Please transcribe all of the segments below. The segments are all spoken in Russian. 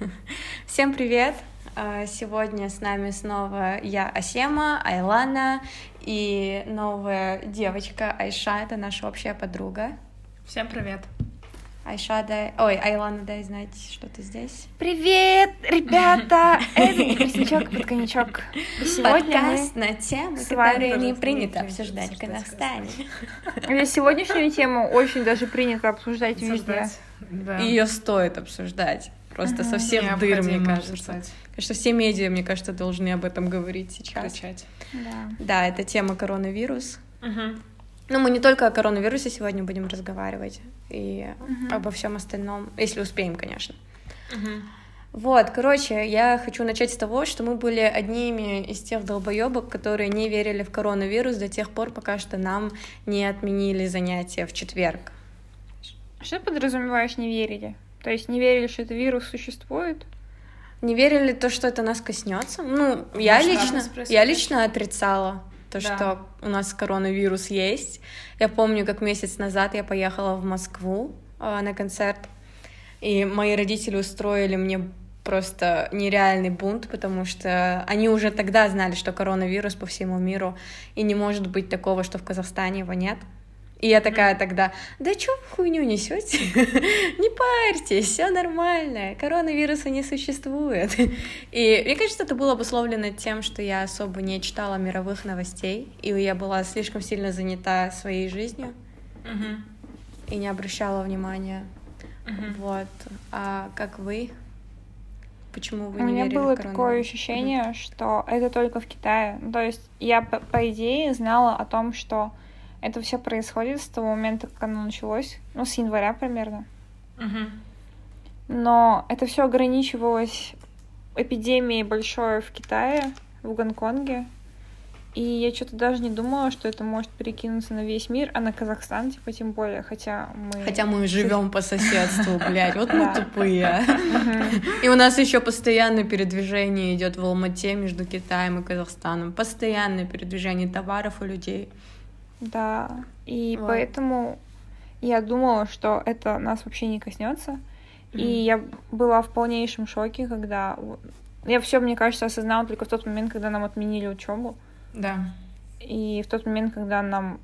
Всем привет! Сегодня с нами снова я, Асема, Айлана и новая девочка Айша, это наша общая подруга. Всем привет! Айша, Айлана, дай знать, что ты здесь. Привет, ребята! Это не Краснячок под коньячок. И сегодня подкаст на темы, которые не принято обсуждать в Казахстане. Сегодняшнюю тему очень даже принято обсуждать везде. Да. Ее стоит обсуждать. Просто со всех дыр, мне кажется. Конечно, все медиа, мне кажется, должны об этом говорить сейчас. Кричать. Да, это тема коронавирус. Ну, мы не только о коронавирусе сегодня будем разговаривать, и обо всем остальном, если успеем, конечно. Вот, короче, я хочу начать с того, что мы были одними из тех долбоебок, которые не верили в коронавирус до тех пор, пока что нам не отменили занятия в четверг. Что ты подразумеваешь не верили? То есть не верили, что этот вирус существует? Не верили то, что это нас коснется. Ну, я лично отрицала то, что у нас коронавирус есть. Я помню, как месяц назад я поехала в Москву на концерт, и мои родители устроили мне просто нереальный бунт, потому что они уже тогда знали, что коронавирус по всему миру, и не может быть такого, что в Казахстане его нет. И я такая тогда: да чё вы хуйню несете? Не парьтесь, все нормально, коронавируса не существует. И мне кажется, это было обусловлено тем, что я особо не читала мировых новостей, и я была слишком сильно занята своей жизнью и не обращала внимания. Вот. А как вы? Почему вы не верили в коронавирус? У меня было такое ощущение, что это только в Китае. То есть я, по идее, знала о том, что это все происходит с того момента, как оно началось, ну, с января примерно. Но это все ограничивалось эпидемией большой в Китае, в Гонконге. И я что-то даже не думала, что это может перекинуться на весь мир, а на Казахстан, типа, тем более, хотя мы живем по соседству, блядь, вот мы тупые. И у нас еще постоянное передвижение идет в Алмате между Китаем и Казахстаном. Постоянное передвижение товаров и людей. Да, и поэтому я думала, что это нас вообще не коснется. И я была в полнейшем шоке, когда я все, мне кажется, осознала только в тот момент, когда нам отменили учебу. Да. И в тот момент, когда нам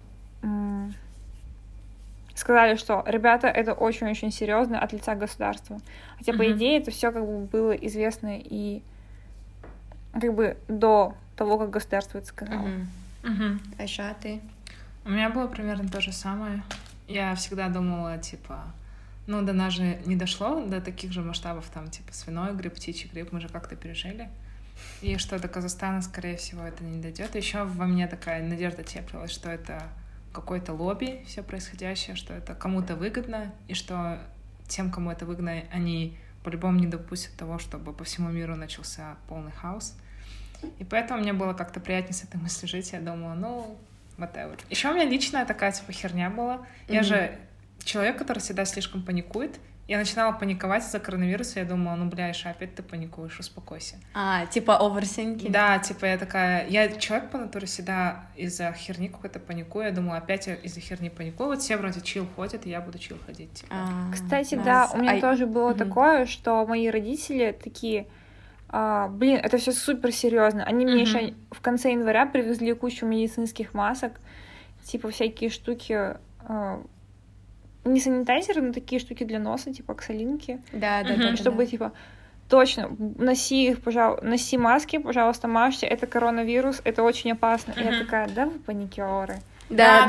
сказали, что ребята, это очень-очень серьезно от лица государства. Хотя, по идее, это все как бы было известно и как бы до того, как государство это сказало. Айша, ты? У меня было примерно то же самое. Я всегда думала, типа, ну, до нас же не дошло до таких же масштабов, там, типа, свиной грипп, птичий грипп, мы же как-то пережили. И что до Казахстана, скорее всего, это не дойдет. Еще во мне такая надежда теплилась, что это какое-то лобби, все происходящее, что это кому-то выгодно, и что тем, кому это выгодно, они по-любому не допустят того, чтобы по всему миру начался полный хаос. И поэтому мне было как-то приятнее с этой мыслью жить. Я думала, ну, whatever. Еще у меня личная такая, типа, херня была. Я же человек, который всегда слишком паникует. Я начинала паниковать из-за коронавируса. Я думала, ну, бля, Иша, опять ты паникуешь, успокойся. Типа оверсинки? Да, типа я такая... Я человек по натуре всегда из-за херни какой-то паникую. Я думала, опять я из-за херни паникую. Вот все вроде чил ходят, и я буду чил ходить. Типа. Кстати, да, у меня тоже было такое, что мои родители такие... блин, это все супер серьезно. Они мне еще в конце января привезли кучу медицинских масок, типа всякие штуки, не санитайзеры, но такие штуки для носа, типа оксалинки. Да. Чтобы, типа, точно, носи их, пожалуйста, носи маски, пожалуйста, мажьте, это коронавирус, это очень опасно. И я такая, да вы паникеры. Да.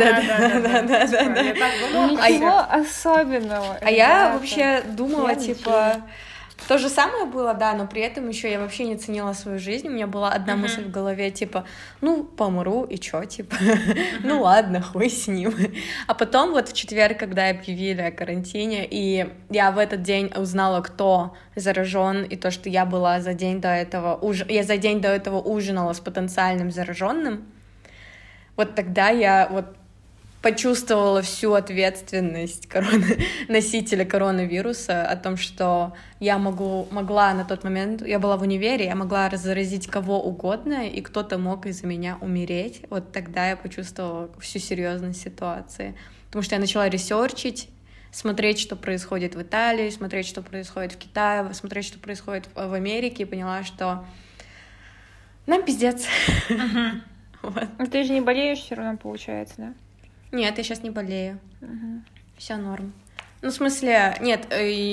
Ничего особенного. А я вообще думала, типа... То же самое было, да, но при этом еще я вообще не ценила свою жизнь. У меня была одна мысль в голове, типа, ну, помру, и чё, типа, ну ладно, хуй с ним. А потом вот в четверг, когда объявили о карантине, и я в этот день узнала, кто заражен, и то, что я была за день до этого, я за день до этого ужинала с потенциальным зараженным, вот тогда я вот почувствовала всю ответственность носителя коронавируса о том, что я могла на тот момент, я была в универе, я могла заразить кого угодно, и кто-то мог из-за меня умереть. Вот тогда я почувствовала всю серьезность ситуации. Потому что я начала ресерчить, смотреть, что происходит в Италии, смотреть, что происходит в Китае, смотреть, что происходит в Америке, и поняла, что нам пиздец. Вот. Но ты же не болеешь все равно, получается, да? Нет, я сейчас не болею. Все норм. Ну, в смысле, нет,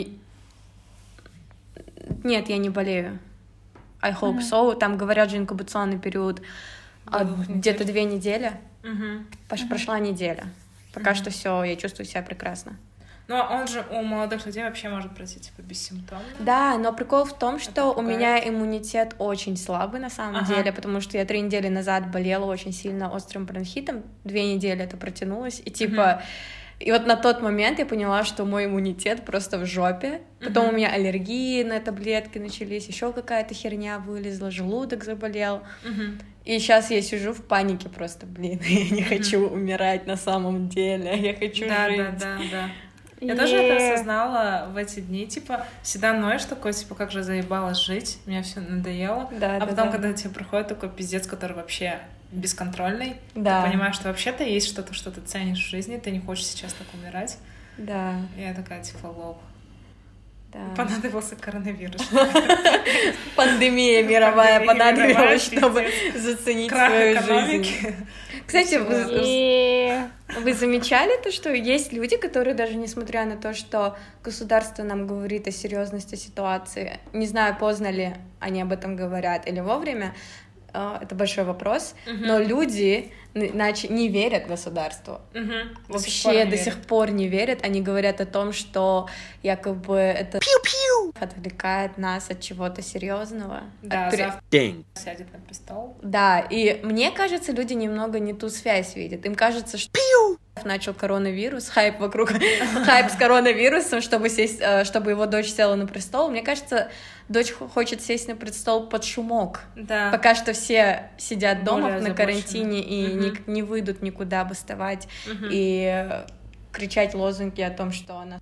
нет, я не болею. I hope so. Там говорят же инкубационный период где-то 2 недели. Прошла неделя. Пока что все, я чувствую себя прекрасно. Но он же у молодых людей вообще может пройти типа бессимптомно. Да, но прикол в том, что у меня иммунитет очень слабый на самом деле, потому что я 3 недели назад болела очень сильно острым бронхитом, 2 недели это протянулось, и типа... И вот на тот момент я поняла, что мой иммунитет просто в жопе. Потом у меня аллергии на таблетки начались, еще какая-то херня вылезла, желудок заболел. И сейчас я сижу в панике просто, блин, я не хочу умирать на самом деле, я хочу жить. Да. Я тоже это осознала в эти дни, типа, всегда ноешь такой, типа, как же заебалась жить, мне все надоело. Потом, когда тебе приходит такой пиздец, который вообще бесконтрольный, ты понимаешь, что вообще-то есть что-то, что ты ценишь в жизни, ты не хочешь сейчас так умирать. Да. И я такая, типа, лол. Да. Понадобился коронавирус. Пандемия мировая понадобилась, чтобы заценить свою жизнь. Кстати, вы замечали то, что есть люди, которые даже несмотря на то, что государство нам говорит о серьезности ситуации, не знаю, поздно ли они об этом говорят или вовремя, это большой вопрос, но люди иначе не верят государству. Вообще до сих пор не верят. Они говорят о том, что якобы это отвлекает нас от чего-то серьезного. Да, сядет на престол. Да, и мне кажется, люди немного не ту связь видят. Им кажется, что начал коронавирус, хайп с коронавирусом, чтобы его дочь села на престол. Мне кажется, дочь хочет сесть на престол под шумок. Да. Пока что все сидят дома на карантине и не выйдут никуда бастовать и кричать лозунги о том, что она...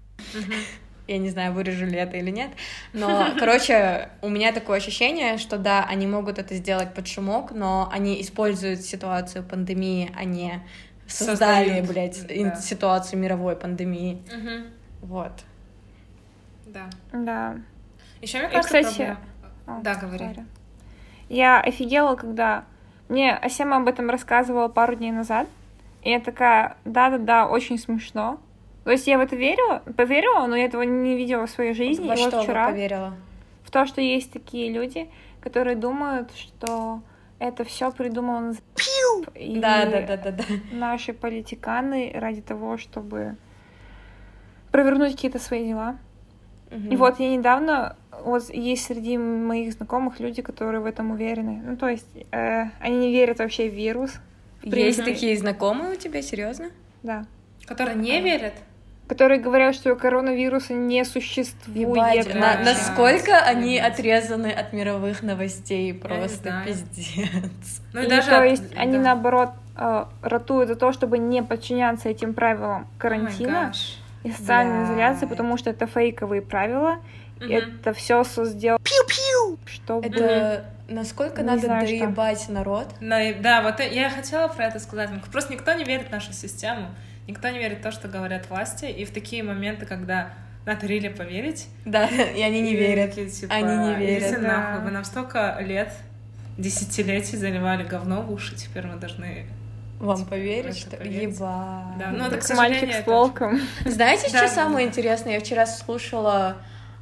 Я не знаю, вырежу ли это или нет, но, короче, у меня такое ощущение, что да, они могут это сделать под шумок, но они используют ситуацию пандемии, а не создали, ситуацию мировой пандемии. Вот. Да. Еще мне кажется, кстати... Да, говори. Я офигела, когда мне Асема об этом рассказывала пару дней назад, и я такая, да, очень смешно. То есть я в это поверила, но я этого не видела в своей жизни. Во что вчера поверила? В то, что есть такие люди, которые думают, что это все придумано и наши политиканы ради того, чтобы провернуть какие-то свои дела. И вот я недавно, вот есть среди моих знакомых люди, которые в этом уверены. Ну, то есть они не верят вообще в вирус. Есть такие знакомые у тебя, серьезно? Да. Которые не верят? Которые говорят, что коронавируса не существует. Насколько они отрезаны от мировых новостей, просто пиздец. Ну, и даже, то есть они, наоборот, ратуют за то, чтобы не подчиняться этим правилам карантина и социальной изоляции, потому что это фейковые правила. Это все сделано, чтобы... Это насколько надо доебать народ? Да, вот я хотела про это сказать. Просто никто не верит в нашу систему. Никто не верит в то, что говорят власти, и в такие моменты, когда надо really поверить. Да, и они не верят. Типа, они не верят. Нахуй, вы нам столько лет, десятилетий заливали говно в уши, теперь мы должны... Вам поверить, что ебать. Да, ну, так мальчик с волком. Знаете, что самое интересное? Я вчера слушала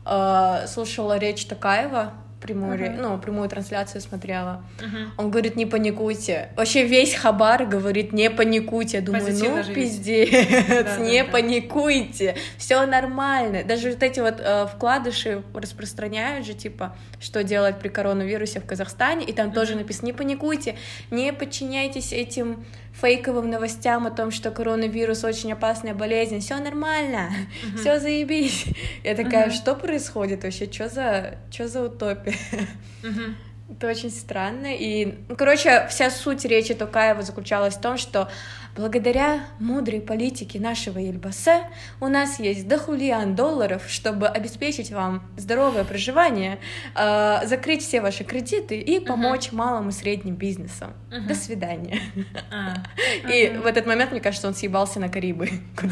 речь Токаева, прямую трансляцию смотрела. Он говорит, не паникуйте. Вообще весь Хабар говорит, не паникуйте. Я думаю, пиздец, не паникуйте. Все нормально. Даже вот эти вот вкладыши распространяют же, типа, что делать при коронавирусе в Казахстане, и там тоже написано, не паникуйте, не подчиняйтесь этим фейковым новостям о том, что коронавирус очень опасная болезнь. Все нормально, все заебись. Я такая, что происходит вообще? Что за утопия? Это очень странно. И, короче, вся суть речи Токаева заключалась в том, что благодаря мудрой политике нашего Ельбасе у нас есть дохуя долларов, чтобы обеспечить вам здоровое проживание, закрыть все ваши кредиты и помочь малым и средним бизнесам. До свидания. И в этот момент, мне кажется, он съебался на Карибы.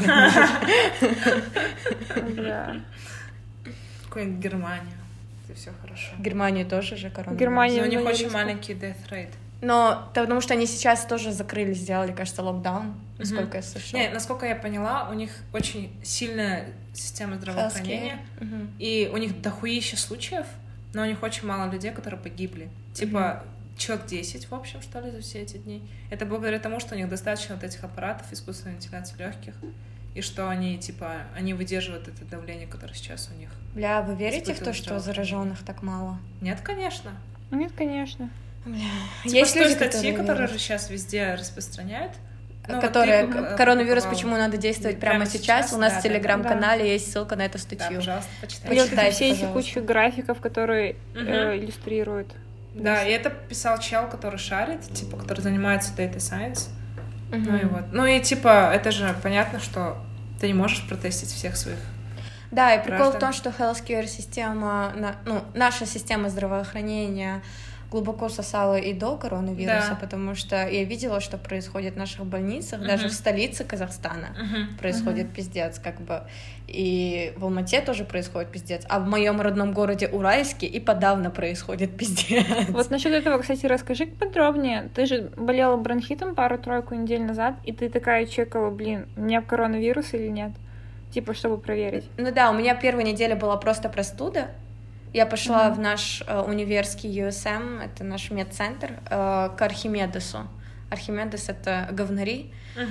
Какую-нибудь Германию. Все хорошо. Германия тоже же коронавирус. Германия, но у них очень маленький death rate. Но потому что они сейчас тоже закрыли, сделали, кажется, локдаун, насколько я слышала. Не, насколько я поняла, у них очень сильная система здравоохранения, и у них дохуища случаев, но у них очень мало людей, которые погибли. Типа человек 10, в общем, что ли, за все эти дни. Это благодаря тому, что у них достаточно вот этих аппаратов искусственной вентиляции легких, и что они, типа, они выдерживают это давление, которое сейчас у них. Бля, вы верите в то, что зараженных так мало? Нет, конечно. Нет, конечно. Бля. Типа есть люди, статьи, которые же сейчас везде распространяют. Которые коронавирус, почему надо действовать прямо сейчас. У нас в телеграм-канале есть ссылка на эту статью. Да, пожалуйста, почитайте. Почитайте, все эти кучу графиков, которые иллюстрируют. Да, и это писал чел, который шарит, типа, который занимается data science. Ну и вот. Ну и типа, это же понятно, что ты не можешь протестить всех своих. Да, и прикол в том, что healthcare система, наша система здравоохранения глубоко сосала и до коронавируса, потому что я видела, что происходит в наших больницах, даже в столице Казахстана происходит пиздец, как бы, и в Алмате тоже происходит пиздец, а в моем родном городе Уральске и подавно происходит пиздец. Вот насчет этого, кстати, расскажи подробнее. Ты же болела бронхитом пару-тройку недель назад, и ты такая чекала, у меня коронавирус или нет? Типа, чтобы проверить. Ну да, у меня первая неделя была просто простуда. Я пошла в наш универский USM, это наш медцентр, к Архимедесу. Архимедес — это говнари.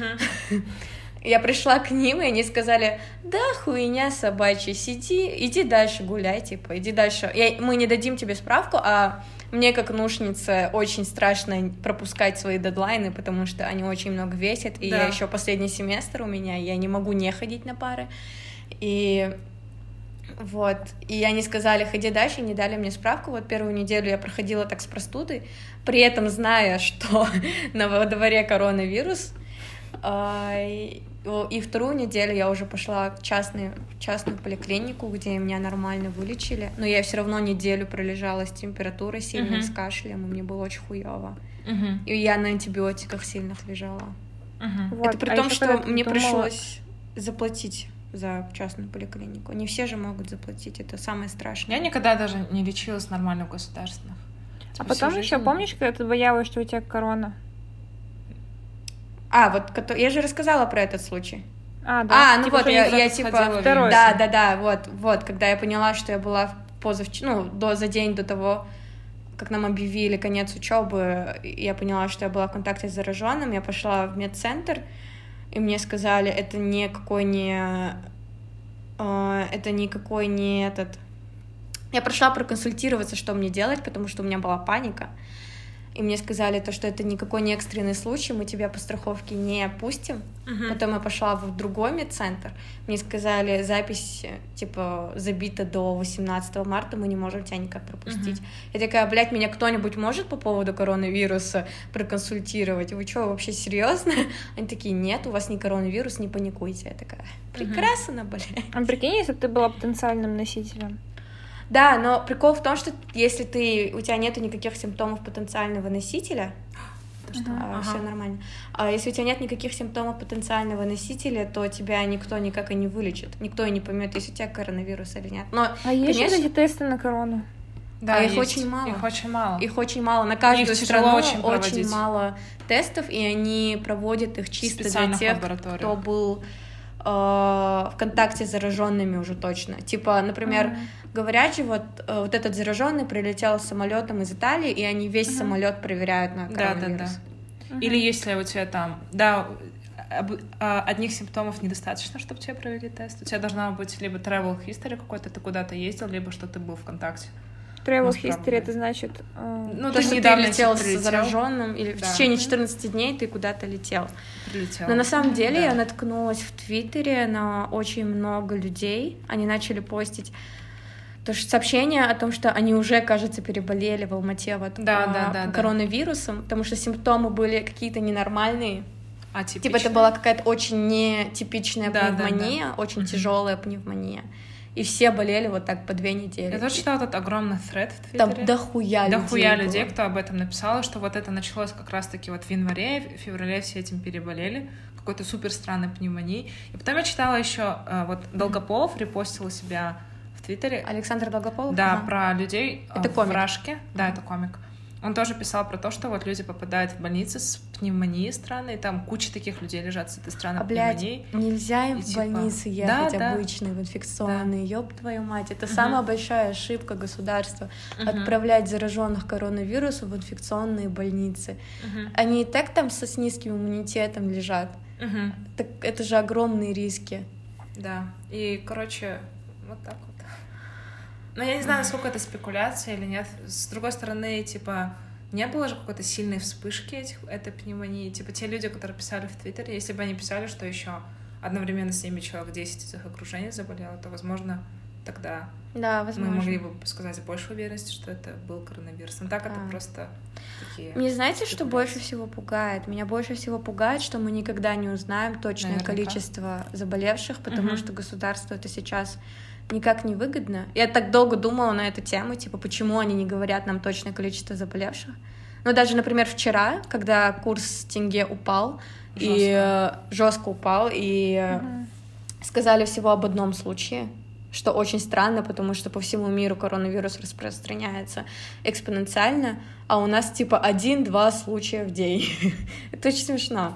Я пришла к ним, и они сказали: да, хуйня собачья, иди дальше гуляй, типа, иди дальше. Мы не дадим тебе справку, а мне, как наушнице, очень страшно пропускать свои дедлайны, потому что они очень много весят, и я еще последний семестр у меня, я не могу не ходить на пары. И вот, и они сказали: ходи дальше, не дали мне справку. Вот первую неделю я проходила так с простудой, при этом зная, что во дворе коронавирус. И вторую неделю я уже пошла в частную поликлинику, где меня нормально вылечили, но я все равно неделю пролежала с температурой сильной, с кашлем, и мне было очень хуёво. И я на антибиотиках сильных лежала. Вот. Это при том, что мне пришлось заплатить за частную поликлинику. Не все же могут заплатить, это самое страшное. Я никогда даже не лечилась нормально в государственных. А потом еще помнишь, когда ты боялась, что у тебя корона? Вот я же рассказала про этот случай. Да. Ну типа, вот, я типа... Второй. Да, вот, когда я поняла, что я была за день до того, как нам объявили конец учебы, я поняла, что я была в контакте с зараженным, я пошла в медцентр, и мне сказали, это никакой не этот... Я прошла проконсультироваться, что мне делать, потому что у меня была паника. И мне сказали, что это никакой не экстренный случай, мы тебя по страховке не опустим. Потом я пошла в другой медцентр. Мне сказали, запись, типа, забита до 18 марта, мы не можем тебя никак пропустить. Я такая: блядь, меня кто-нибудь может по поводу коронавируса проконсультировать? Вы что, вообще серьезно? Они такие: нет, у вас не коронавирус, не паникуйте. Я такая: прекрасно, блядь. А прикинь, если бы ты была потенциальным носителем? Да, но прикол в том, что если у тебя нету никаких симптомов потенциального носителя, все нормально. А если у тебя нет никаких симптомов потенциального носителя, то тебя никто никак и не вылечит. Никто и не поймет, есть у тебя коронавирус или нет. Но, есть эти тесты на корону? Да, их очень мало. Их очень мало. На каждую страну очень мало тестов, и они проводят их чисто для тех, кто был в контакте с зараженными уже точно. Типа, например, говорят же, вот этот зараженный прилетел самолетом из Италии, и они весь самолет проверяют на коронавирус. Или если у тебя там, одних симптомов недостаточно, чтобы тебе провели тест. У тебя должна быть либо travel history какой-то, ты куда-то ездил, либо что ты был в контакте. Travel history — это значит... то, что ты летел с зараженным, или в течение 14 дней ты куда-то летел. Но на самом деле я наткнулась в Твиттере на очень много людей. Они начали постить То есть сообщения о том, что они уже, кажется, переболели в Алмате коронавирусом, потому что симптомы были какие-то ненормальные. Типа это была какая-то очень нетипичная пневмония, очень тяжелая пневмония. И все болели вот так по 2 недели. Я тоже читала этот огромный thread в Твиттере. Там дохуя людей, кто об этом написал, что вот это началось как раз-таки вот в январе, в феврале все этим переболели, какой-то супер странной пневмонией. И потом я читала еще, вот Долгополов репостил у себя в Твиттере. Alexander Долгополов? Да, про людей это в Рашке. Да, это комик. Он тоже писал про то, что вот люди попадают в больницы с пневмонией странной, там куча таких людей лежат с этой странной пневмонией. Нельзя им в больницы ехать обычные, в инфекционные, ёб твою мать. Это самая большая ошибка государства, отправлять зараженных коронавирусом в инфекционные больницы. Они и так там с низким иммунитетом лежат. Так это же огромные риски. Да, и, короче, вот так вот. Но я не знаю, насколько это спекуляция или нет. С другой стороны, типа, не было же какой-то сильной вспышки этой пневмонии. Типа, те люди, которые писали в Твиттере, если бы они писали, что еще одновременно с ними человек 10 из их окружения заболело, то, возможно, тогда мы могли бы сказать с большей уверенностью, что это был коронавирус. Но так это просто такие... Мне знаете, что больше всего пугает? Меня больше всего пугает, что мы никогда не узнаем точное количество заболевших, потому что государству это сейчас никак не выгодно. Я так долго думала на эту тему, типа, почему они не говорят нам точное количество заболевших. Но даже, например, вчера, когда курс тенге упал, жестко упал, и сказали всего об одном случае, что очень странно, потому что по всему миру коронавирус распространяется экспоненциально, а у нас типа 1-2 случая в день. Это очень смешно.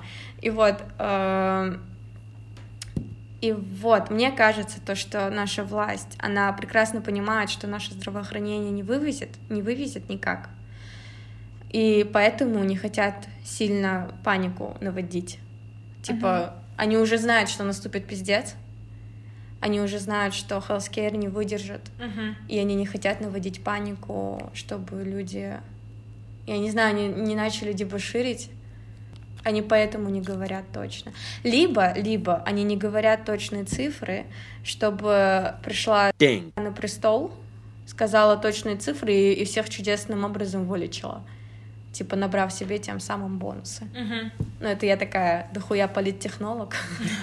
И вот, мне кажется, то, что наша власть, она прекрасно понимает, что наше здравоохранение не вывезет никак. И поэтому не хотят сильно панику наводить. Типа, они уже знают, что наступит пиздец, они уже знают, что healthcare не выдержит, и они не хотят наводить панику, чтобы люди, я не знаю, не начали дебоширить. Они поэтому не говорят точно. Либо они не говорят точные цифры, чтобы пришла на престол, сказала точные цифры и всех чудесным образом вылечила. Типа набрав себе тем самым бонусы. Ну, это я такая дохуя политтехнолог.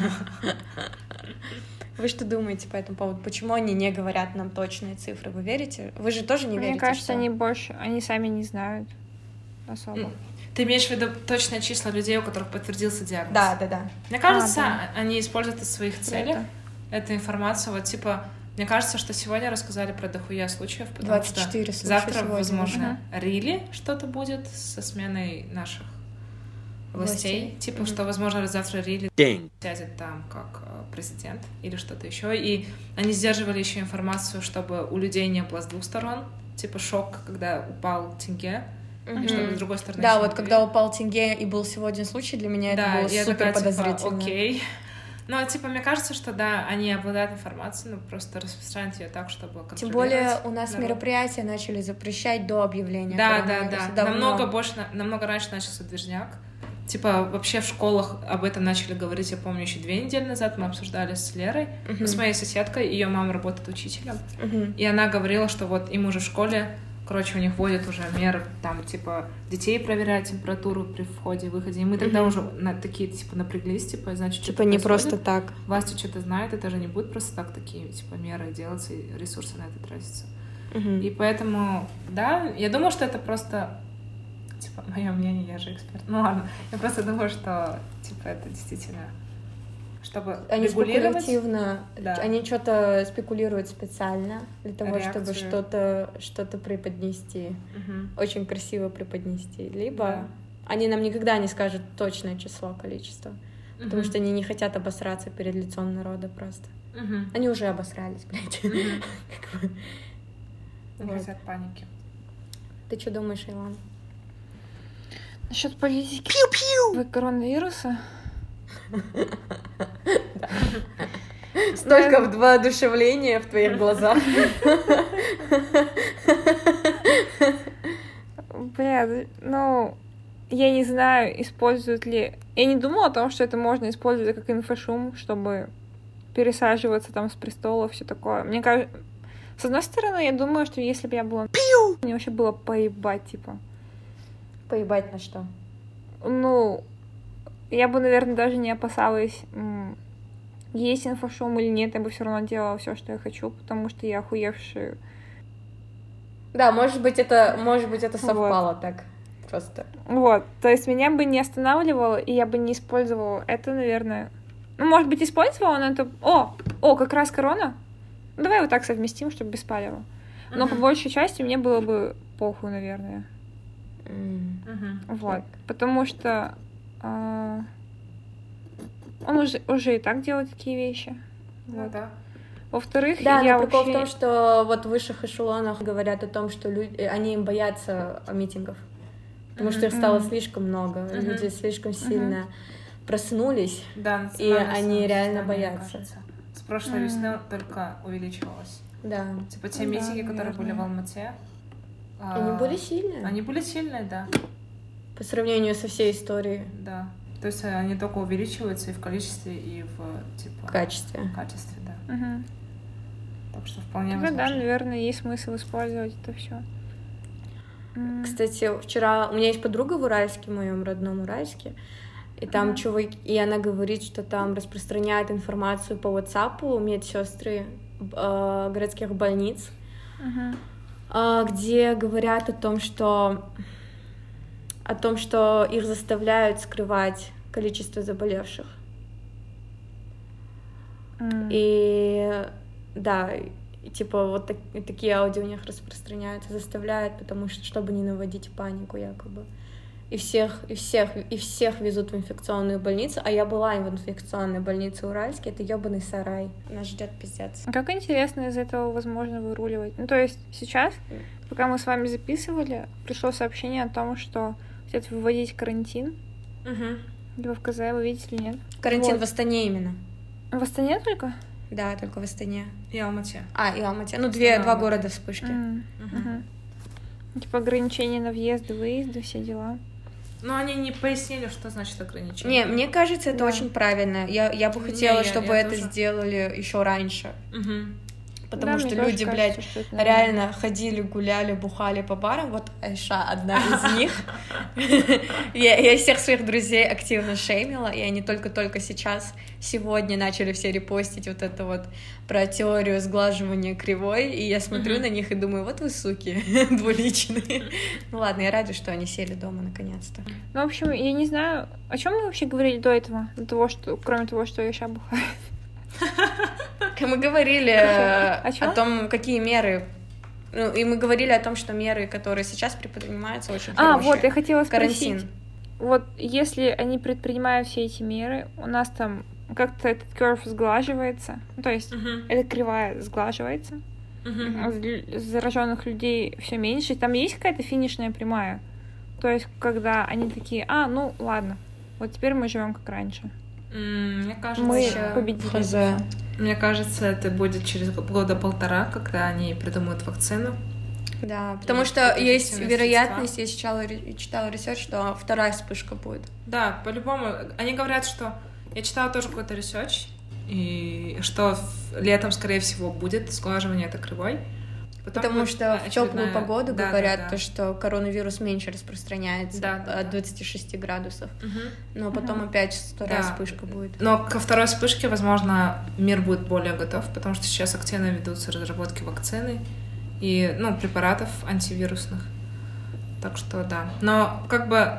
Вы что думаете по этому поводу? Почему они не говорят нам точные цифры? Вы верите? Вы же тоже не верите? Мне кажется, они сами не знают особо. Ты имеешь в виду точные числа людей, у которых подтвердился диагноз? Да. Мне кажется, они используют это в своих целях, эту информацию. Вот, типа, мне кажется, что сегодня рассказали про дохуя случаев, потому 24 что завтра, возможно, рили что-то будет со сменой наших властей. Типа, что, возможно, завтра рили сядет там как президент или что-то еще. И они сдерживали еще информацию, чтобы у людей не было с двух сторон. Типа, шок, когда упал тенге. И чтобы с другой стороны... Да, вот когда упал тенге и был всего один случай, для меня это было супер подозрительно. Типа, окей. Но, типа, мне кажется, что, да, они обладают информацией, но просто распространяют ее так, чтобы контролировать. Тем более у нас мероприятия начали запрещать до объявления коронавируса. Да. Намного раньше начался движняк. Типа, вообще в школах об этом начали говорить, я помню, еще 2 недели назад мы обсуждали с Лерой, с моей соседкой, ее мама работает учителем, и она говорила, что вот им уже в школе, короче, у них вводят уже меры, там, типа, детей проверяют температуру при входе и выходе, и мы тогда уже такие, типа, напряглись, типа, значит, типа, не просто так. Власти что-то знают, это же не будет просто так такие, типа, меры делаться и ресурсы на это тратятся. И поэтому, да, я думаю, что это просто... Типа, мое мнение, я же эксперт. Ну ладно, я просто думаю, что, типа, это действительно, чтобы они регулировать... Они что-то спекулируют специально для того, чтобы что-то преподнести, очень красиво преподнести. Либо они нам никогда не скажут точное число, количество, потому что они не хотят обосраться перед лицом народа просто. Они уже обосрались, блядь. Не хотят паники. Ты что думаешь, Илон? Насчет политики коронавируса? Столько воодушевления в твоих глазах. Бля, ну, я не знаю, используют ли... Я не думала о том, что это можно использовать как инфошум, чтобы пересаживаться там с престола, все такое. Мне кажется, С одной стороны, я думаю, что если бы я была... Мне вообще было поебать, типа. Поебать на что? Ну, я бы, наверное, даже не опасалась, есть инфошум или нет, я бы все равно делала все, что я хочу, потому что я охуевшая. Да, может быть, это совпало вот. Так просто. Вот, то есть меня бы не останавливало, и я бы не использовала это, наверное. Ну, может быть, использовала, но это... О, как раз корона. Давай вот так совместим, чтобы без палева. Но по большей части мне было бы похуй, наверное. Вот, потому что он уже и так делает такие вещи. Вот. Да. Во-вторых, да, я но прикол вообще... в том, что вот в высших эшелонах говорят о том, что они им боятся митингов, потому что их стало слишком много, люди слишком сильно проснулись, да, и они реально боятся. С прошлой весны только увеличивалось. Да. Типа те митинги, которые были в Алмате. Они были сильные. Они были сильные, да. По сравнению со всей историей. Да. То есть они только увеличиваются и в количестве, и в типа качестве, да. Так что вполне возможно. Да, наверное, есть смысл использовать это все. Кстати, вчера у меня есть подруга в Уральске, в моем родном Уральске, и там и она говорит, что там распространяют информацию по WhatsApp медсестры городских больниц, где говорят о том, что их заставляют скрывать количество заболевших. И да, типа вот такие аудио у них распространяются, заставляют, потому что чтобы не наводить панику якобы. И всех везут в инфекционную больницу, а я была в инфекционной больнице Уральске, это ёбаный сарай. Нас ждет пиздец. Как интересно из этого возможно выруливать. Ну, то есть сейчас, пока мы с вами записывали, пришло сообщение о том, что хотят выводить карантин. Либо в КЗ, вы видите или нет? Карантин в Астане именно. В Астане только? Да, только в Астане. И Алмате. И Алмате. Ну, два города вспышки. Типа ограничения на въезды, выезды, все дела. Ну, они не пояснили, что значит ограничение. Не, мне кажется, это очень правильно. Я бы хотела, чтобы это сделали еще раньше. Потому что люди, блядь, реально ходили, гуляли, бухали по барам. Вот Айша одна из них. Я всех своих друзей активно шеймила, и они только-только сегодня начали все репостить вот это вот про теорию сглаживания кривой, и я смотрю на них и думаю, вот вы суки двуличные. Ну ладно, я рада, что они сели дома наконец-то. Ну, в общем, я не знаю, о чем мы вообще говорили до этого, кроме того, что Айша бухает. Мы говорили о том, какие меры. Ну, и мы говорили о том, что меры, которые сейчас предпринимаются, очень хорошие. Вот, я хотела спросить. Карантин. Вот, если они предпринимают все эти меры, у нас там как-то этот curve сглаживается, ну, то есть эта кривая сглаживается, зараженных людей все меньше, там есть какая-то финишная прямая, то есть когда они такие, ну ладно, вот теперь мы живем как раньше. Мне кажется, мы победили. Мне кажется, это будет через года полтора, когда они придумают вакцину. Да, потому что есть вероятность, я читала ресерч, что вторая вспышка будет. Да, по-любому. Они говорят, что... Я читала тоже какой-то ресерч, и что летом, скорее всего, будет сглаживание этой кривой. Потому что в теплую погоду говорят, то, что коронавирус меньше распространяется от 26 градусов. Но потом опять вторая вспышка будет. Но ко второй вспышке, возможно, мир будет более готов, потому что сейчас активно ведутся разработки вакцины и препаратов антивирусных. Так что да. Но как бы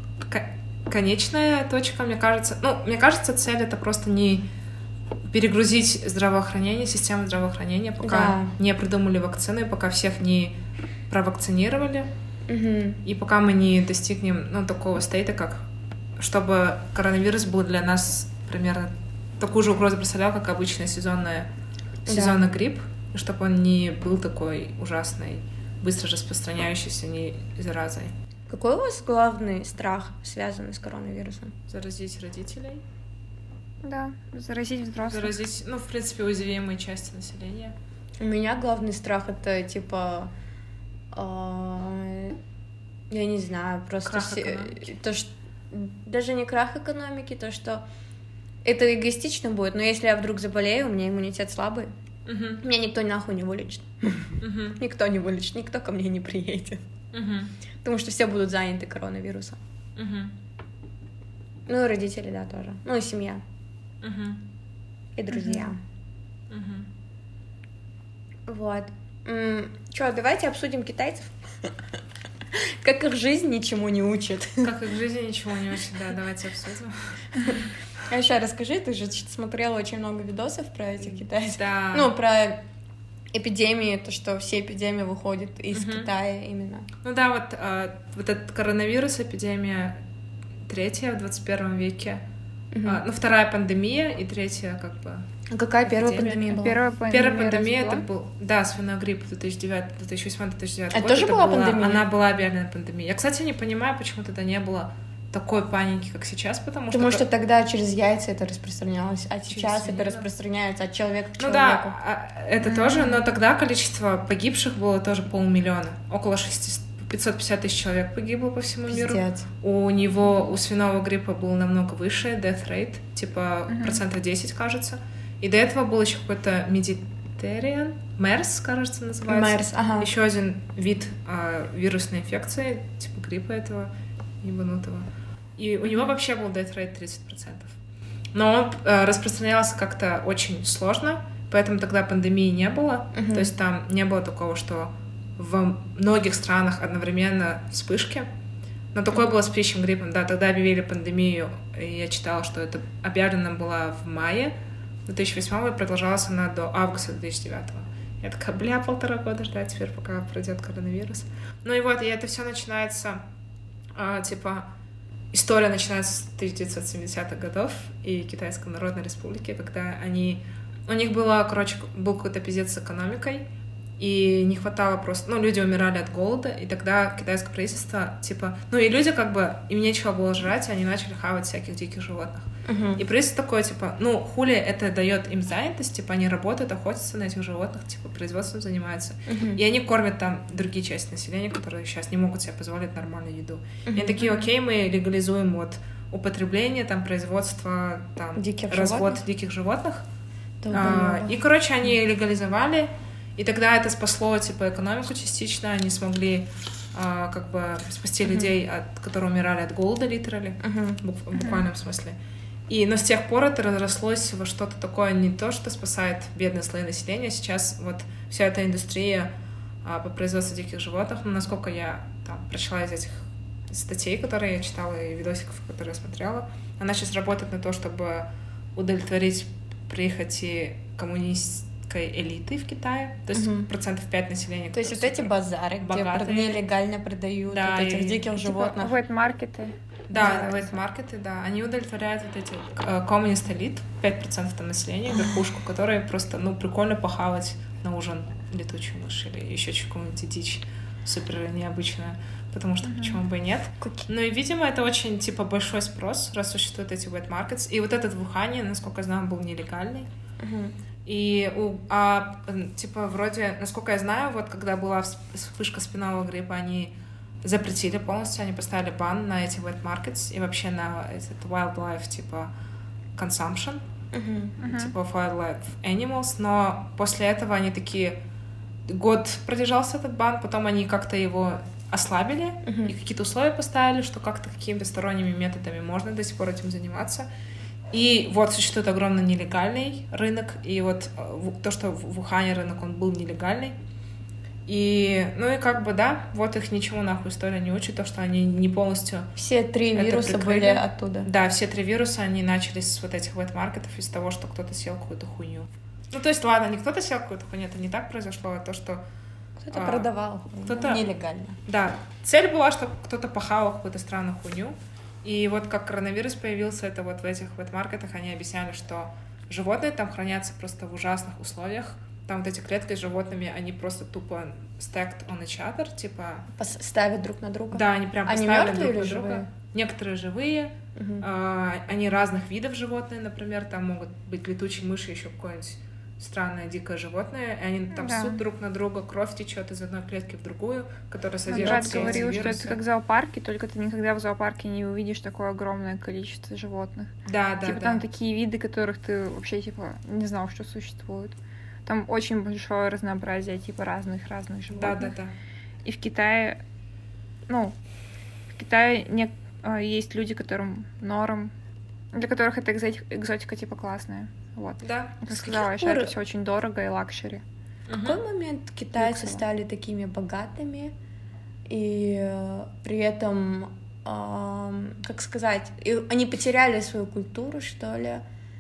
конечная точка, мне кажется, цель — это просто не перегрузить систему здравоохранения, пока не придумали вакцины, пока всех не провакцинировали, и пока мы не достигнем такого стейта, как чтобы коронавирус был для нас примерно такую же угрозу представлял, как обычный сезонный грипп, и чтобы он не был такой ужасной, быстро распространяющейся заразой. Какой у вас главный страх, связанный с коронавирусом? Заразить родителей. Да, заразить взрослых. Заразить, в принципе, уязвимые части населения. У меня главный страх — это, типа, я не знаю, просто... Крах экономики. Даже не крах экономики, то, что это эгоистично будет, но если я вдруг заболею, у меня иммунитет слабый, Меня никто нахуй не вылечит. Никто не вылечит, никто ко мне не приедет. Потому что все будут заняты коронавирусом. Ну и родители, да, тоже. Ну и семья. И друзья. Вот. Чё, давайте обсудим китайцев. Как их жизнь ничему не учит. Как их жизнь ничему не учит, да, давайте обсудим. А еще расскажи, ты же смотрела очень много видосов про этих китайцев. Да. Ну, про эпидемии, то, что все эпидемии выходят из Китая именно. Ну да, вот этот коронавирус, эпидемия третья в 21 веке. Ну, вторая пандемия и третья как бы... А какая первая пандемия была? Первая пандемия это был, да, свиной грипп 2008-2009 год. Это тоже была пандемия? Она была объявлена пандемией. Я, кстати, не понимаю, почему тогда не было такой паники, как сейчас, потому что тогда через яйца это распространялось, а сейчас это распространяется от человека к человеку. Ну да, это тоже, но тогда количество погибших было тоже 500 000. Около 550 тысяч человек погибло по всему миру. У свиного гриппа был намного выше death rate, типа 10%, кажется. И до этого был еще какой-то Mediterranean, MERS, кажется, называется. MERS, Еще один вид вирусной инфекции, типа гриппа этого ебанутого. И у него вообще был death rate 30%. Но он распространялся как-то очень сложно, поэтому тогда пандемии не было. То есть там не было такого, что во многих странах одновременно вспышки. Но такое было с птичьим гриппом. Да, тогда объявили пандемию, и я читала, что это объявлено было в мае 2008 и продолжалась она до августа 2009. Я такая, 1,5 года ждать теперь, пока пройдет коронавирус. Ну и вот, и это все начинается, типа, история начинается с 1970-х годов и Китайской Народной Республики, когда у них был какой-то пиздец с экономикой, и не хватало просто... Ну, люди умирали от голода, и тогда китайское правительство, типа... Ну, и люди как бы... Им нечего было жрать, и они начали хавать всяких диких животных. И правительство такое, типа... Ну, хули это дает им занятость, типа, они работают, охотятся на этих животных, типа, производством занимаются. И они кормят там другие части населения, которые сейчас не могут себе позволить нормальную еду. И они такие, окей, мы легализуем вот употребление, там, производство, там, развод диких животных. И, короче, они легализовали. И тогда это спасло, типа, экономику частично, они смогли как бы спасти людей, которые умирали от голода, литерали, в буквальном смысле. Но с тех пор это разрослось во что-то такое, не то, что спасает бедные слои населения, сейчас вот вся эта индустрия по производству диких животных, ну, насколько я там прочла из этих статей, которые я читала, и видосиков, которые я смотрела, она сейчас работает на то, чтобы удовлетворить прихоти элиты в Китае, то есть 5% населения. То есть вот эти базары, где нелегально продают вот этих диких животных. Типа wet-маркеты. Да, wet-маркеты, да. Они удовлетворяют вот эти communist элит, 5% там населения, верхушку, которые просто, ну, прикольно похавать на ужин летучую мышь или еще какую-нибудь дичь супер необычную, потому что почему бы и нет. Ну и, видимо, это очень, типа, большой спрос, раз существуют эти wet markets. И вот этот в Ухане, насколько я знаю, был нелегальный. И, типа, вроде, насколько я знаю, вот когда была вспышка спинного гриппа, они запретили полностью, они поставили бан на эти wet markets и вообще на этот wildlife, типа, consumption, типа, wildlife animals, но после этого они такие... Год продержался этот бан, потом они как-то его ослабили и какие-то условия поставили, что как-то какими-то сторонними методами можно до сих пор этим заниматься. И вот существует огромный нелегальный рынок, и вот то, что в Ухане рынок, он был нелегальный. И, ну и как бы, да, вот их ничего нахуй история не учит, то, что они не полностью... Все 3 вируса были оттуда. Да, все 3 вируса, они начались с вот этих wet-маркетов из того, что кто-то съел какую-то хуйню. Ну, то есть, ладно, не кто-то съел какую-то хуйню, это не так произошло, а то, что... Кто-то продавал нелегально. Да, цель была, что кто-то пахал какую-то странную хуйню. И вот как коронавирус появился, это вот в этих wet-маркетах они объясняли, что животные там хранятся просто в ужасных условиях. Там вот эти клетки с животными, они просто тупо stacked on each other, типа... Ставят друг на друга? Да, они прям поставили друг на друга. Живые? Некоторые живые, они разных видов животные, например, там могут быть летучие мыши, еще какое-нибудь странное дикое животное, и они там ссут друг на друга, кровь течет из одной клетки в другую, которая содержит все эти вирусы. Говорил, что это как в зоопарке, только ты никогда в зоопарке не увидишь такое огромное количество животных. Да. Типа там такие виды, которых ты вообще, типа, не знал, что существуют. Там очень большое разнообразие, типа, разных животных. Да. И в Китае, есть люди, которым норм, для которых это экзотика, типа, классная. Вот. Да. Как сказала, что это все очень дорого и лакшери. В какой момент китайцы стали такими богатыми, и при этом, как сказать, они потеряли свою культуру, что ли?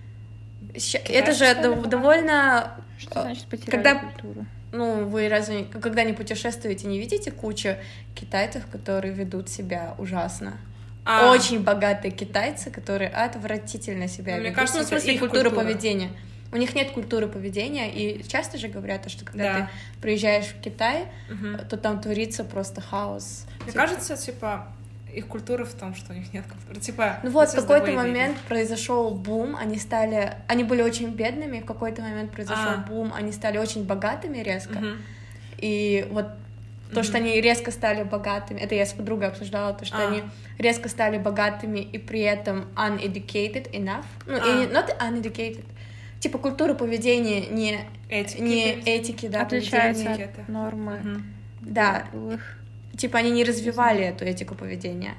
Это же довольно... Что значит потеряли культуру? Вы разве, когда не путешествуете, не видите кучу китайцев, которые ведут себя ужасно? Очень богатые китайцы, которые отвратительно себя ведут. Мне кажется, в смысле, культура поведения. У них нет культуры поведения, и часто же говорят, что когда ты приезжаешь в Китай, то там творится просто хаос. Мне кажется, типа, их культура в том, что у них нет культуры. Типа, в какой-то момент произошел бум, они были очень бедными, в какой-то момент произошел бум, они стали очень богатыми резко, и вот то, что они резко стали богатыми, это я с подругой обсуждала, то, что они резко стали богатыми и при этом uneducated enough, not uneducated, типа культура поведения не этики, да, отличается от нормы. Да, типа они не развивали эту этику поведения.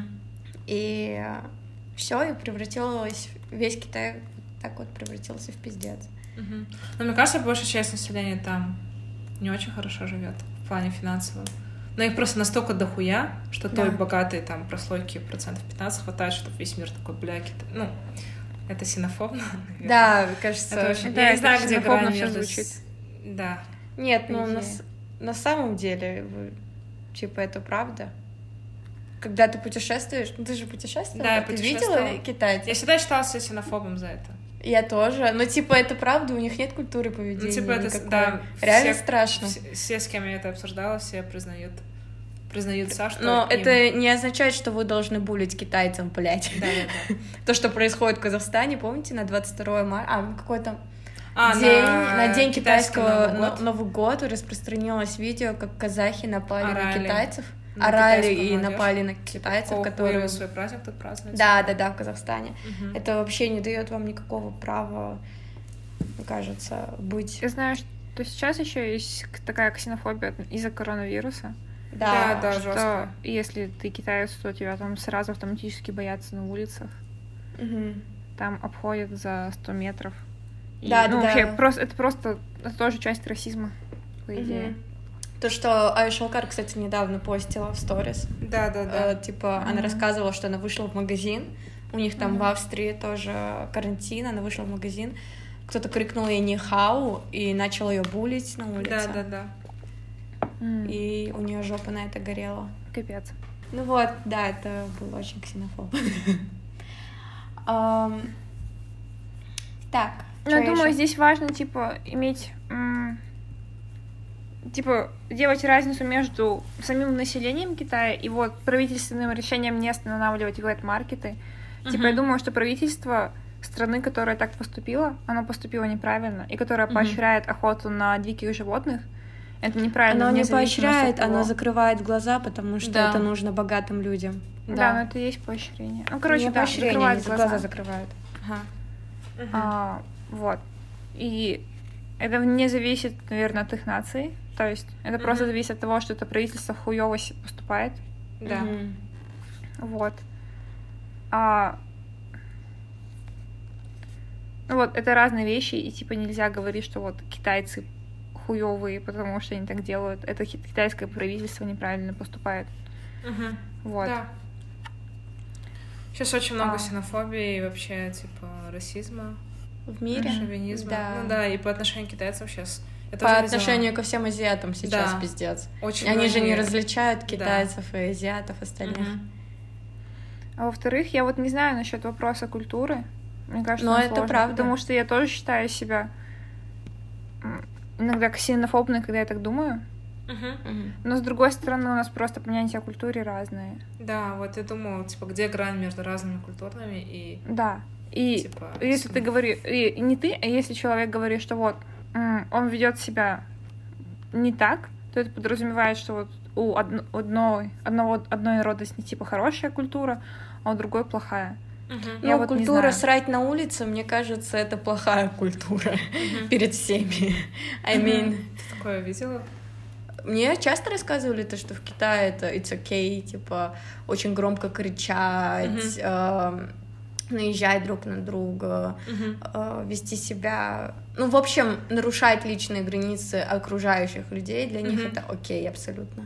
И все, и весь Китай так вот превратился в пиздец. Но мне кажется, большая часть населения там не очень хорошо живет в плане финансовом. Но их просто настолько дохуя, что той богатой там прослойки 15% хватает, чтобы весь мир такой, это синофобно. Наверное. Да, кажется. Это очень... Я не знаю, где грань между... Да. Нет, на самом деле, типа, это правда. Когда ты путешествуешь, ты же путешествовала, да, ты видела китайцев? Я всегда считала себя синофобом за это. Я тоже, но типа это правда, у них нет культуры поведения. Типа это, реально страшно. Все, с кем я это обсуждала, все признаются, что... Но это не означает, что вы должны булить китайцам, блять. Да. То, что происходит в Казахстане, помните, на 22 марта, какой-то на день китайского Новый год распространилось видео, как казахи напали на китайцев. Орали и напали на китайцев, которые... свой праздник тут празднуют. Да, в Казахстане. Это вообще не дает вам никакого права, мне кажется, быть... Я знаю, что сейчас еще есть такая ксенофобия из-за коронавируса. Да, жестко. Если ты китаец, то тебя там сразу автоматически боятся на улицах. Там обходят за 100 метров. Вообще, это тоже часть расизма, по идее. То, что Ая Шалкар, кстати, недавно постила в сторис. Да. Типа, она рассказывала, что она вышла в магазин. У них там в Австрии тоже карантин. Она вышла в магазин. Кто-то крикнул ей «нихау» и начал ее булить на улице. Да. И у нее жопа на это горела. Капец. Это было очень ксенофобно. Так. Я думаю, здесь важно, типа, иметь... делать разницу между самим населением Китая и вот правительственным решением не останавливать вэт-маркеты. Я думаю, что правительство страны, которая так поступила, оно поступило неправильно, и которая поощряет охоту на диких животных, это неправильно. Оно не поощряет, оно закрывает глаза, потому что это нужно богатым людям. Да, но это и есть поощрение. Закрывают глаза закрывают. Вот. И это не зависит, наверное, от их наций. То есть это просто зависит от того, что это правительство хуёво поступает. Да. Вот. Это разные вещи, и типа нельзя говорить, что вот китайцы хуёвые, потому что они так делают. Это китайское правительство неправильно поступает. Вот. Да. Сейчас очень много ксенофобии и вообще, типа, расизма. В мире? Шовинизма. Да. И по отношению к китайцам сейчас. По отношению ко всем азиатам сейчас пиздец. Очень Они же не различают китайцев и азиатов остальных. А во-вторых, я вот не знаю насчет вопроса культуры. Мне кажется, но это сложно, правда. Потому что я тоже считаю себя иногда ксенофобной, когда я так думаю. Но с другой стороны, у нас просто понятия о культуре разные. Да, вот я думаю, типа, где грань между разными культурными и... Да. И типа, если ты говоришь... И не ты, а если человек говорит, что вот он ведет себя не так, то это подразумевает, что вот у одной народности типа хорошая культура, а у другой плохая. Ну, вот культура срать на улице, мне кажется, это плохая культура перед всеми. I mean... Ты такое видела? Мне часто рассказывали то, что в Китае это it's okay, типа, очень громко кричать, наезжать друг на друга, вести себя... Ну, в общем, нарушать личные границы окружающих людей, для них это окей абсолютно.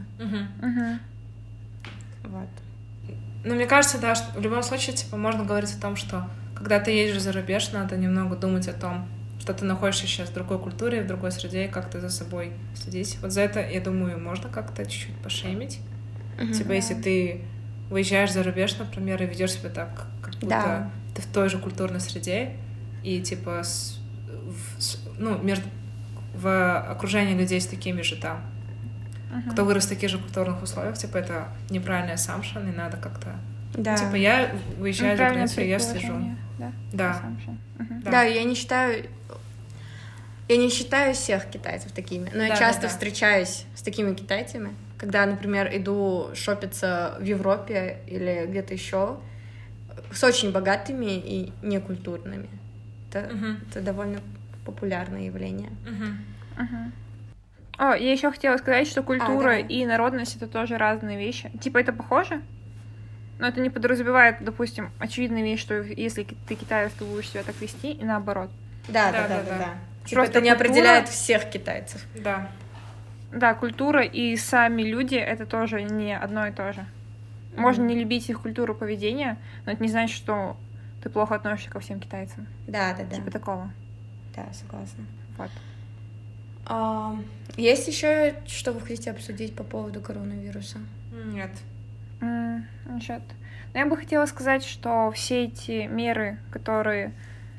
Вот. Ну, мне кажется, да, что в любом случае, типа, можно говорить о том, что когда ты едешь за рубеж, надо немного думать о том, что ты находишься сейчас в другой культуре, в другой среде, и как ты за собой следить. Вот за это, я думаю, можно как-то чуть-чуть пошеймить. Типа, если ты выезжаешь за рубеж, например, и ведешь себя так, как будто ты в той же культурной среде, и, типа, в окружении людей с такими же там, кто вырос в таких же культурных условиях, типа, это неправильный assumption, и надо как-то... Да. Типа, я выезжаю за границу, и я слежу. Да. Да, я не считаю всех китайцев такими, но я часто встречаюсь с такими китайцами, когда, например, иду шопиться в Европе или где-то еще, с очень богатыми и некультурными. Это довольно популярное явление. О, я еще хотела сказать, что культура и народность — это тоже разные вещи. Типа, это похоже, но это не подразумевает, допустим, очевидную вещь, что если ты китаец, ты будешь себя так вести, и наоборот. Да. Типа, это не определяет всех китайцев. Да. Да, культура и сами люди — это тоже не одно и то же. Можно не любить их культуру поведения, но это не значит, что ты плохо относишься ко всем китайцам. Да. Типа такого. Да, согласна. Вот. Есть еще, что вы хотите обсудить по поводу коронавируса? Нет. Насчет. Но я бы хотела сказать, что все эти меры, которые,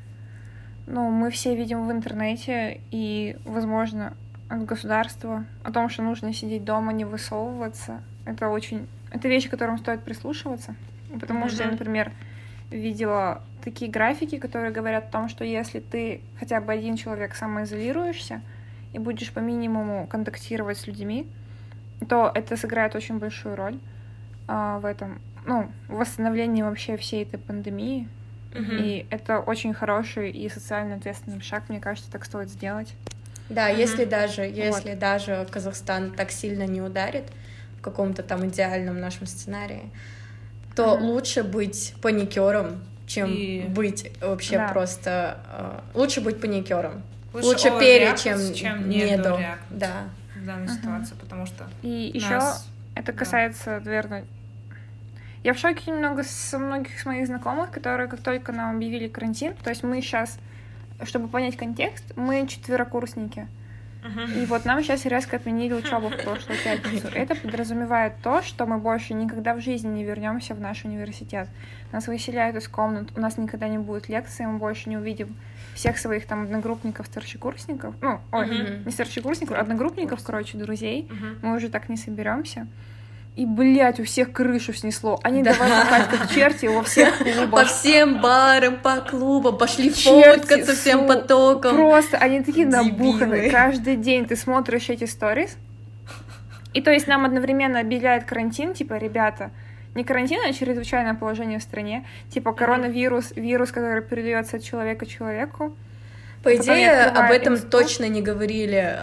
мы все видим в интернете и, возможно, от государства, о том, что нужно сидеть дома, не высовываться, это вещи, к которым стоит прислушиваться. Потому что я, например, видела такие графики, которые говорят о том, что если ты хотя бы один человек самоизолируешься и будешь по минимуму контактировать с людьми, то это сыграет очень большую роль в этом, в восстановлении вообще всей этой пандемии. И это очень хороший и социально ответственный шаг, мне кажется, так стоит сделать. Да, если даже Казахстан так сильно не ударит в каком-то там идеальном нашем сценарии, то лучше быть паникером, чем быть вообще просто... лучше быть паникером. Лучше перед, чем недо. Да. В данной ситуации, потому что... И еще это касается, наверное... Я в шоке немного с многих моих знакомых, которые, как только нам объявили карантин, то есть мы сейчас, чтобы понять контекст, мы 4-курсники. И вот нам сейчас резко отменили учебу в прошлую пятницу. Это подразумевает то, что мы больше никогда в жизни не вернемся в наш университет. Нас выселяют из комнат, у нас никогда не будет лекций, мы больше не увидим всех своих там одногруппников, старшекурсников. Не старшекурсников, одногруппников, друзей. Мы уже так не соберемся. И, блядь, у всех крышу снесло. Они давай махать как черти во всех клубах. По всем барам, по клубам, пошли фоткаться всем потоком. Просто они такие набуханы. Каждый день ты смотришь эти сторис. И то есть нам одновременно объявляют карантин, типа, ребята, не карантин, а чрезвычайное положение в стране. Типа, коронавирус, вирус, который передается от человека к человеку. По идее, об этом точно не говорили.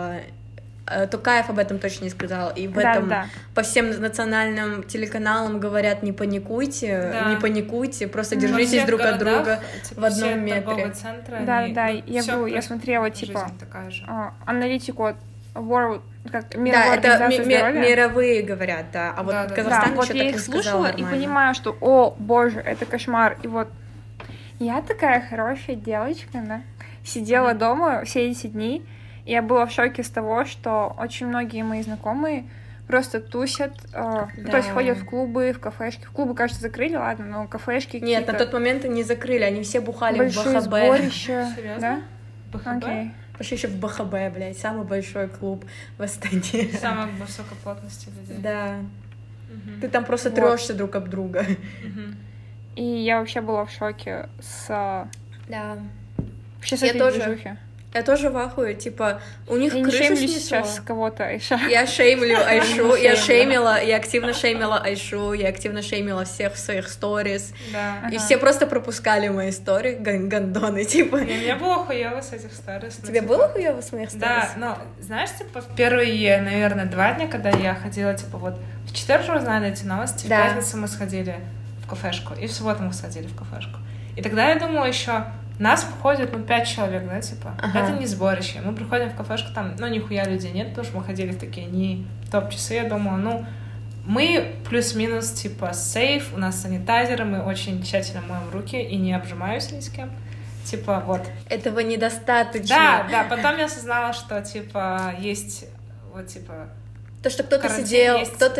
Токаев об этом точно не сказал, и в этом по всем национальным телеканалам говорят: не паникуйте, просто держитесь друг от друга в одном метре. Я смотрела, типа, аналитику World, мировой организации здоровья. Мировые говорят, а вот Казахстан еще так не сказал нормально. И понимаю, что, о боже, это кошмар, и вот я такая хорошая девочка, сидела дома все эти дни. Я была в шоке с того, что очень многие мои знакомые просто тусят, то есть ходят в клубы, в кафешки. В клубы, кажется, закрыли, ладно, но кафешки какие-то... Нет, на тот момент не закрыли, они все бухали большие в БХБ. Сборища. Серьезно? Да? БХБ? Окей. Пошли еще в БХБ, блядь, самый большой клуб в Астане. Самой высокой плотности людей. Да. Ты там просто трёшься друг об друга. И я вообще была в шоке с... Да. Вообще с этой движухи. Я тоже в ахуе, типа, у них крышу снесло. Сейчас кого-то, Айша. Я шеймлю Айшу, я активно шеймила Айшу, я активно шеймила всех в своих сторис. Да. И все просто пропускали мои стори, гандоны, типа. Мне было хуёво с этих сторис. Тебе было хуёво с моих сторис? Да, но, знаешь, типа, в первые, наверное, 2 дня, когда я ходила, типа, вот, в четверг же узнали эти новости, в пятницу мы сходили в кафешку, и в субботу мы сходили в кафешку. И тогда я думала еще... Нас приходит, 5 человек, да, типа. Это не сборище. Мы приходим в кафешку, там, нихуя людей нет, потому что мы ходили в такие не топ-часы. Я думала, мы плюс-минус, типа, сейф, у нас санитайзеры, мы очень тщательно моем руки и не обжимаюсь ни с кем. Типа, вот. Этого недостаточно. Да, потом я осознала, что, типа, есть, вот, типа... То, что кто-то сидел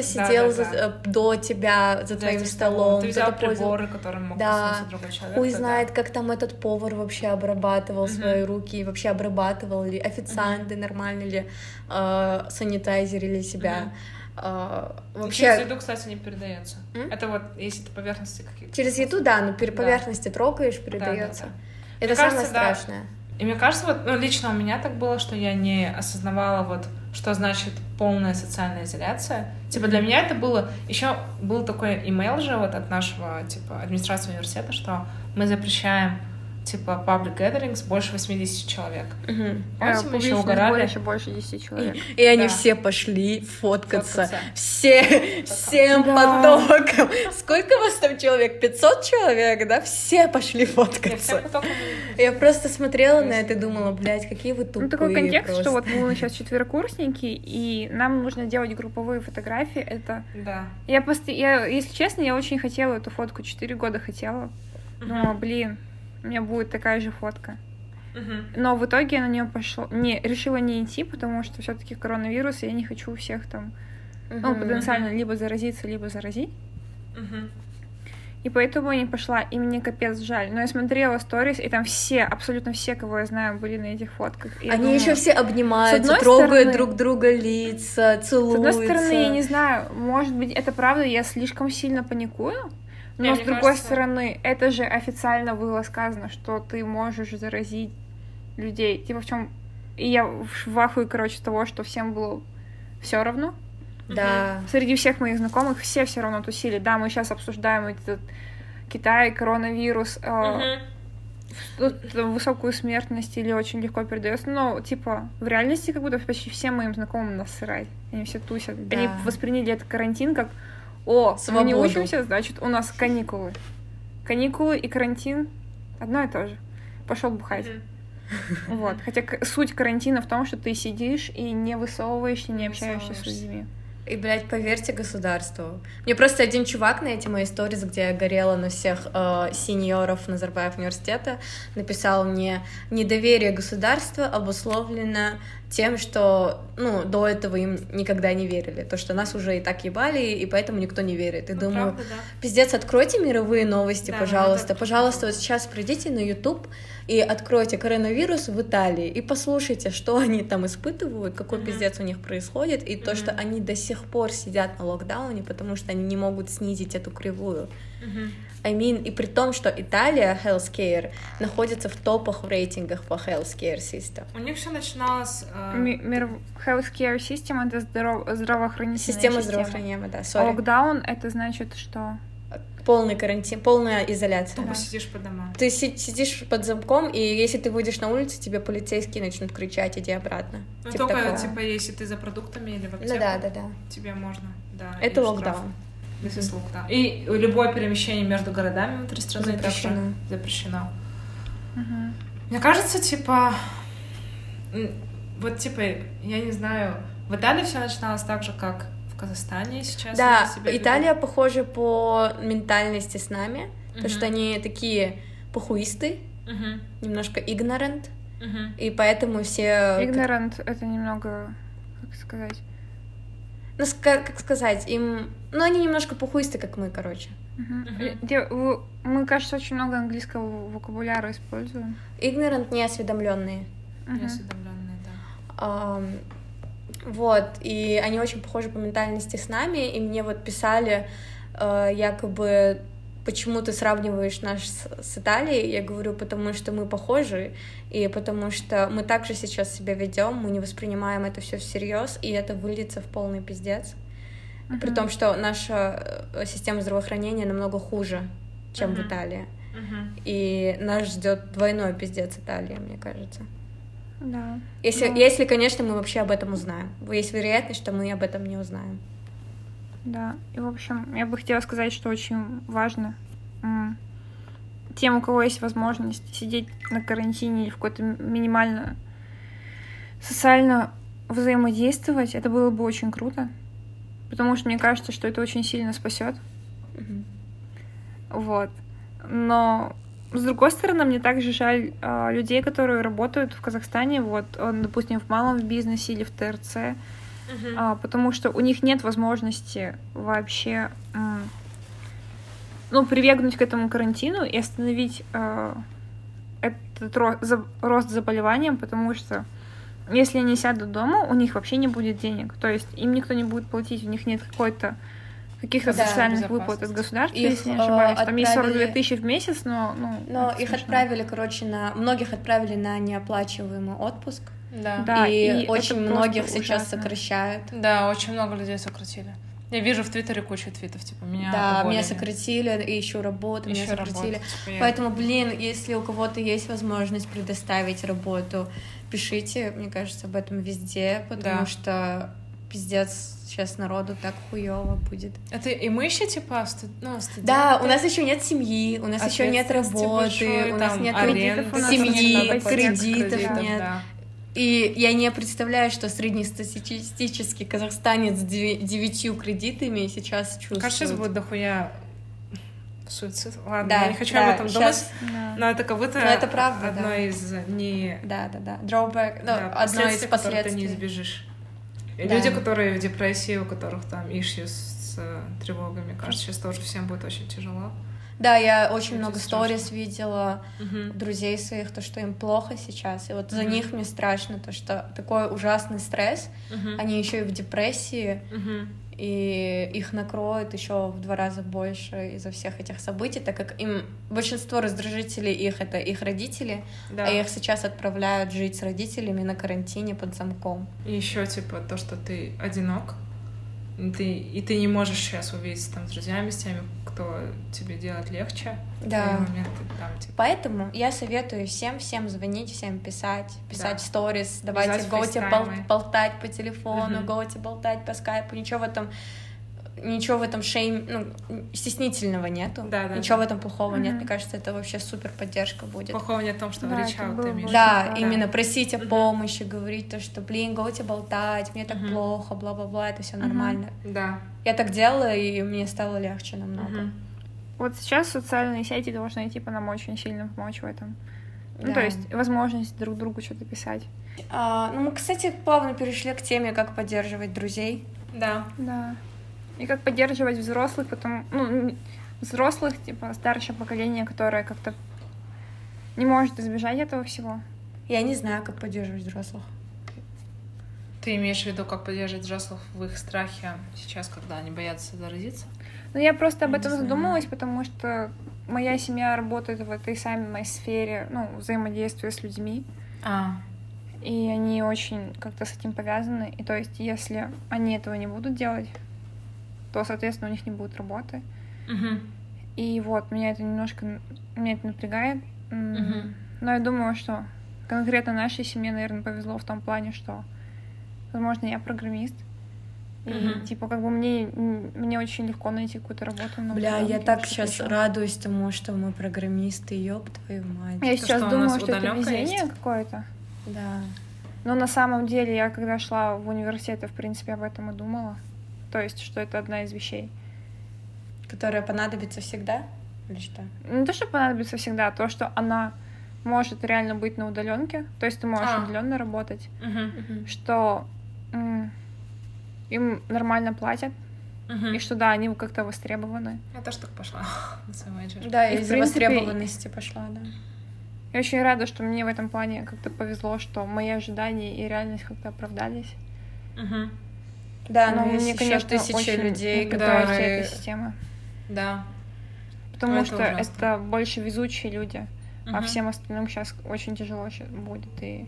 до тебя за твоим столом. Ты взял приборы, которым мог коснуться другой человек. Хуй знает, как там этот повар вообще обрабатывал свои руки, вообще обрабатывал ли официанты, нормально ли санитайзерили себя. Вообще... Через еду, кстати, не передается. Это вот, если это поверхности какие-то. Через еду, да, но поверхности трогаешь, передается. Да. Это самое страшное. И мне кажется, вот, лично у меня так было, что я не осознавала, вот, что значит полная социальная изоляция. Типа, для меня это было... Еще был такой имейл же вот от нашего, типа, администрации университета, что мы запрещаем, типа, public gatherings больше 80 человек. Помните, мы еще угорали? Еще больше 10 человек. И они все пошли фоткаться. Всем потоком. Сколько вас там человек? 500 человек, да? Все пошли фоткаться. Я просто смотрела на это и думала, блядь, какие вы тупые. Такой контекст, что вот мы сейчас четверокурсники, и нам нужно делать групповые фотографии. Это... Да. Я, если честно, я очень хотела эту фотку, 4 года хотела. Но, блин, у меня будет такая же фотка. Но в итоге я на нее решила не идти, потому что все-таки коронавирус, и я не хочу всех там потенциально либо заразиться, либо заразить. И поэтому я не пошла, и мне капец жаль. Но я смотрела сторис, и там абсолютно все, кого я знаю, были на этих фотках. И они еще все обнимаются, трогают друг друга лица, целуются. С одной стороны, я не знаю, может быть, это правда, я слишком сильно паникую. Но, с другой стороны, это же официально было сказано, что ты можешь заразить людей. Типа в чем... И я в ахуе, короче, того, что всем было все равно. Да. Среди всех моих знакомых все равно тусили. Да, мы сейчас обсуждаем этот Китай, коронавирус, высокую смертность или очень легко передается. Но, типа, в реальности как будто почти всем моим знакомым насрать. Они все тусят. Да. Они восприняли этот карантин как мы не учимся, значит, у нас каникулы. Каникулы и карантин одно и то же. Пошел бухать. Вот. Хотя суть карантина в том, что ты сидишь и не высовываешься, не общаешься с людьми. И, блядь, поверьте государству. Мне просто один чувак на эти мои сторис, где я горела на всех сеньоров Назарбаев университета, написал мне: недоверие государства обусловлено тем, что, до этого им никогда не верили. То, что нас уже и так ебали, и поэтому никто не верит. И думаю, правда, да. Пиздец, откройте мировые новости, да, пожалуйста. Пожалуйста, вот сейчас придите на YouTube и откройте коронавирус в Италии и послушайте, что они там испытывают, какой пиздец у них происходит, и то, что они до сих пор сидят на локдауне, потому что они не могут снизить эту кривую. И при том, что Италия, healthcare, находится в топах в рейтингах по healthcare system. У них все начиналось... Healthcare system — это здравоохранительная система. Здравоохранения, да, А локдаун — это значит, что... Полный карантин, полная изоляция. Тупо сидишь по домам. Ты сидишь под замком, и если ты выйдешь на улицу, тебе полицейские начнут кричать: иди обратно. Только, если ты за продуктами или в аптеку, да. Тебе можно, да. Это локдаун. Локдаун. И любое перемещение между городами внутри страны запрещено. Мне кажется, я не знаю, в Италии все начиналось так же, как в Казахстане сейчас. Да, Италия похожа по ментальности с нами, потому что они такие похуисты, немножко ignorant, и поэтому все... Ignorant — это немного, как сказать... как сказать, им... они немножко похуисты, как мы, короче. Мы, кажется, очень много английского вокабуляра используем. Ignorant — неосведомленные. Неосведомленные, да. Вот, и они очень похожи по ментальности с нами, и мне вот писали якобы почему ты сравниваешь нас с Италией? Я говорю, потому что мы похожи, и потому что мы также сейчас себя ведем, мы не воспринимаем это все всерьез, и это выльется в полный пиздец. При том, что наша система здравоохранения намного хуже, чем в Италии. И нас ждет двойной пиздец Италии, мне кажется. Да. Если, конечно, мы вообще об этом узнаем. Есть вероятность, что мы об этом не узнаем. Да, и, в общем, я бы хотела сказать, что очень важно тем, у кого есть возможность сидеть на карантине или в какой-то минимально социально взаимодействовать, это было бы очень круто, потому что мне кажется, что это очень сильно спасет. Вот. Но, с другой стороны, мне также жаль людей, которые работают в Казахстане, вот, допустим, в малом бизнесе или в ТРЦ, потому что у них нет возможности вообще прибегнуть к этому карантину и остановить этот рост заболеваниям, потому что если они сядут дома, у них вообще не будет денег, то есть им никто не будет платить, у них нет каких-то социальных выплат от государства, если не ошибаюсь. Там есть 42 тысячи в месяц, но их отправили, многих отправили на неоплачиваемый отпуск. Да, и очень многих сейчас сокращают. Да, очень много людей сократили. Я вижу в Твиттере кучу твитов, типа, меня уволили. Меня сократили, и ищу работу, меня сократили. Поэтому, если у кого-то есть возможность предоставить работу, пишите, мне кажется, об этом везде, потому что пиздец, сейчас народу так хуёво будет. Это и мы еще, типа, студенты? Да, у нас еще нет семьи, у нас еще нет работы, у нас нет семьи, кредитов нет. И я не представляю, что среднестатистический казахстанец с 9 кредитами сейчас чувствует. Кажется, сейчас будет дохуя суицид. Ладно, я не хочу об этом думать, но это как будто это правда, одно из не... Drawback, одно из последствий. Ты не избежишь. Люди, которые в депрессии, у которых там issues с тревогами, кажется, сейчас тоже всем будет очень тяжело. Да, я очень много сторис видела друзей своих, то, что им плохо сейчас, и вот за них мне страшно, то, что такой ужасный стресс, они еще и в депрессии, и их накроет еще в 2 раза больше из-за всех этих событий, так как им большинство раздражителей это их родители, а их сейчас отправляют жить с родителями на карантине под замком. И еще типа то, что ты одинок, и ты не можешь сейчас увидеться там с друзьями, с теми, кто тебе делает легче. Да. Моменты, там, типа... Поэтому я советую всем звонить, всем писать сторис, давайте гоуте болтать по телефону, гоуте болтать по скайпу, ничего в этом стеснительного нету, ничего в этом плохого нет, мне кажется, это вообще супер поддержка будет. Плохого нет в том, что в речах ты имеешь. Да, именно просить о помощи, говорить то, что, гоуте болтать, мне так плохо, бла-бла-бла, это все нормально. Да. Я так делала, и мне стало легче намного. Вот сейчас социальные сети должны, нам очень сильно помочь в этом. То есть возможность друг другу что-то писать. Мы, кстати, плавно перешли к теме, как поддерживать друзей. Да. И как поддерживать взрослых, взрослых, старшее поколение, которое как-то не может избежать этого всего. Я не знаю, как поддерживать взрослых. Ты имеешь в виду, как поддерживать взрослых в их страхе сейчас, когда они боятся заразиться? Я просто об этом задумалась, потому что моя семья работает в этой самой сфере, взаимодействия с людьми. И они очень как-то с этим повязаны. И то есть, если они этого не будут делать, то, соответственно, у них не будет работы. И вот, меня это напрягает. Но я думаю, что конкретно нашей семье, наверное, повезло в том плане, что, возможно, я программист. И, мне очень легко найти какую-то работу. Я так сейчас радуюсь тому, что мы программисты, ёб твою мать. Я сейчас думаю, что это везение какое-то. Да. Но на самом деле, я когда шла в университет, я, в принципе, об этом и думала. То есть, что это одна из вещей. Которая понадобится всегда? Или что? Не то, что понадобится всегда, а то, что она может реально быть на удаленке. То есть ты можешь удаленно работать. Что им нормально платят. И что, да, они как-то востребованы. Я тоже так пошла на свой менеджер. Да, и из-за востребованности пошла, да. Я очень рада, что мне в этом плане как-то повезло, что мои ожидания и реальность как-то оправдались. Да, но есть мне, конечно, тысячи людей, которые... эта система. Да. потому что это больше везучие люди, а всем остальным сейчас очень тяжело будет. И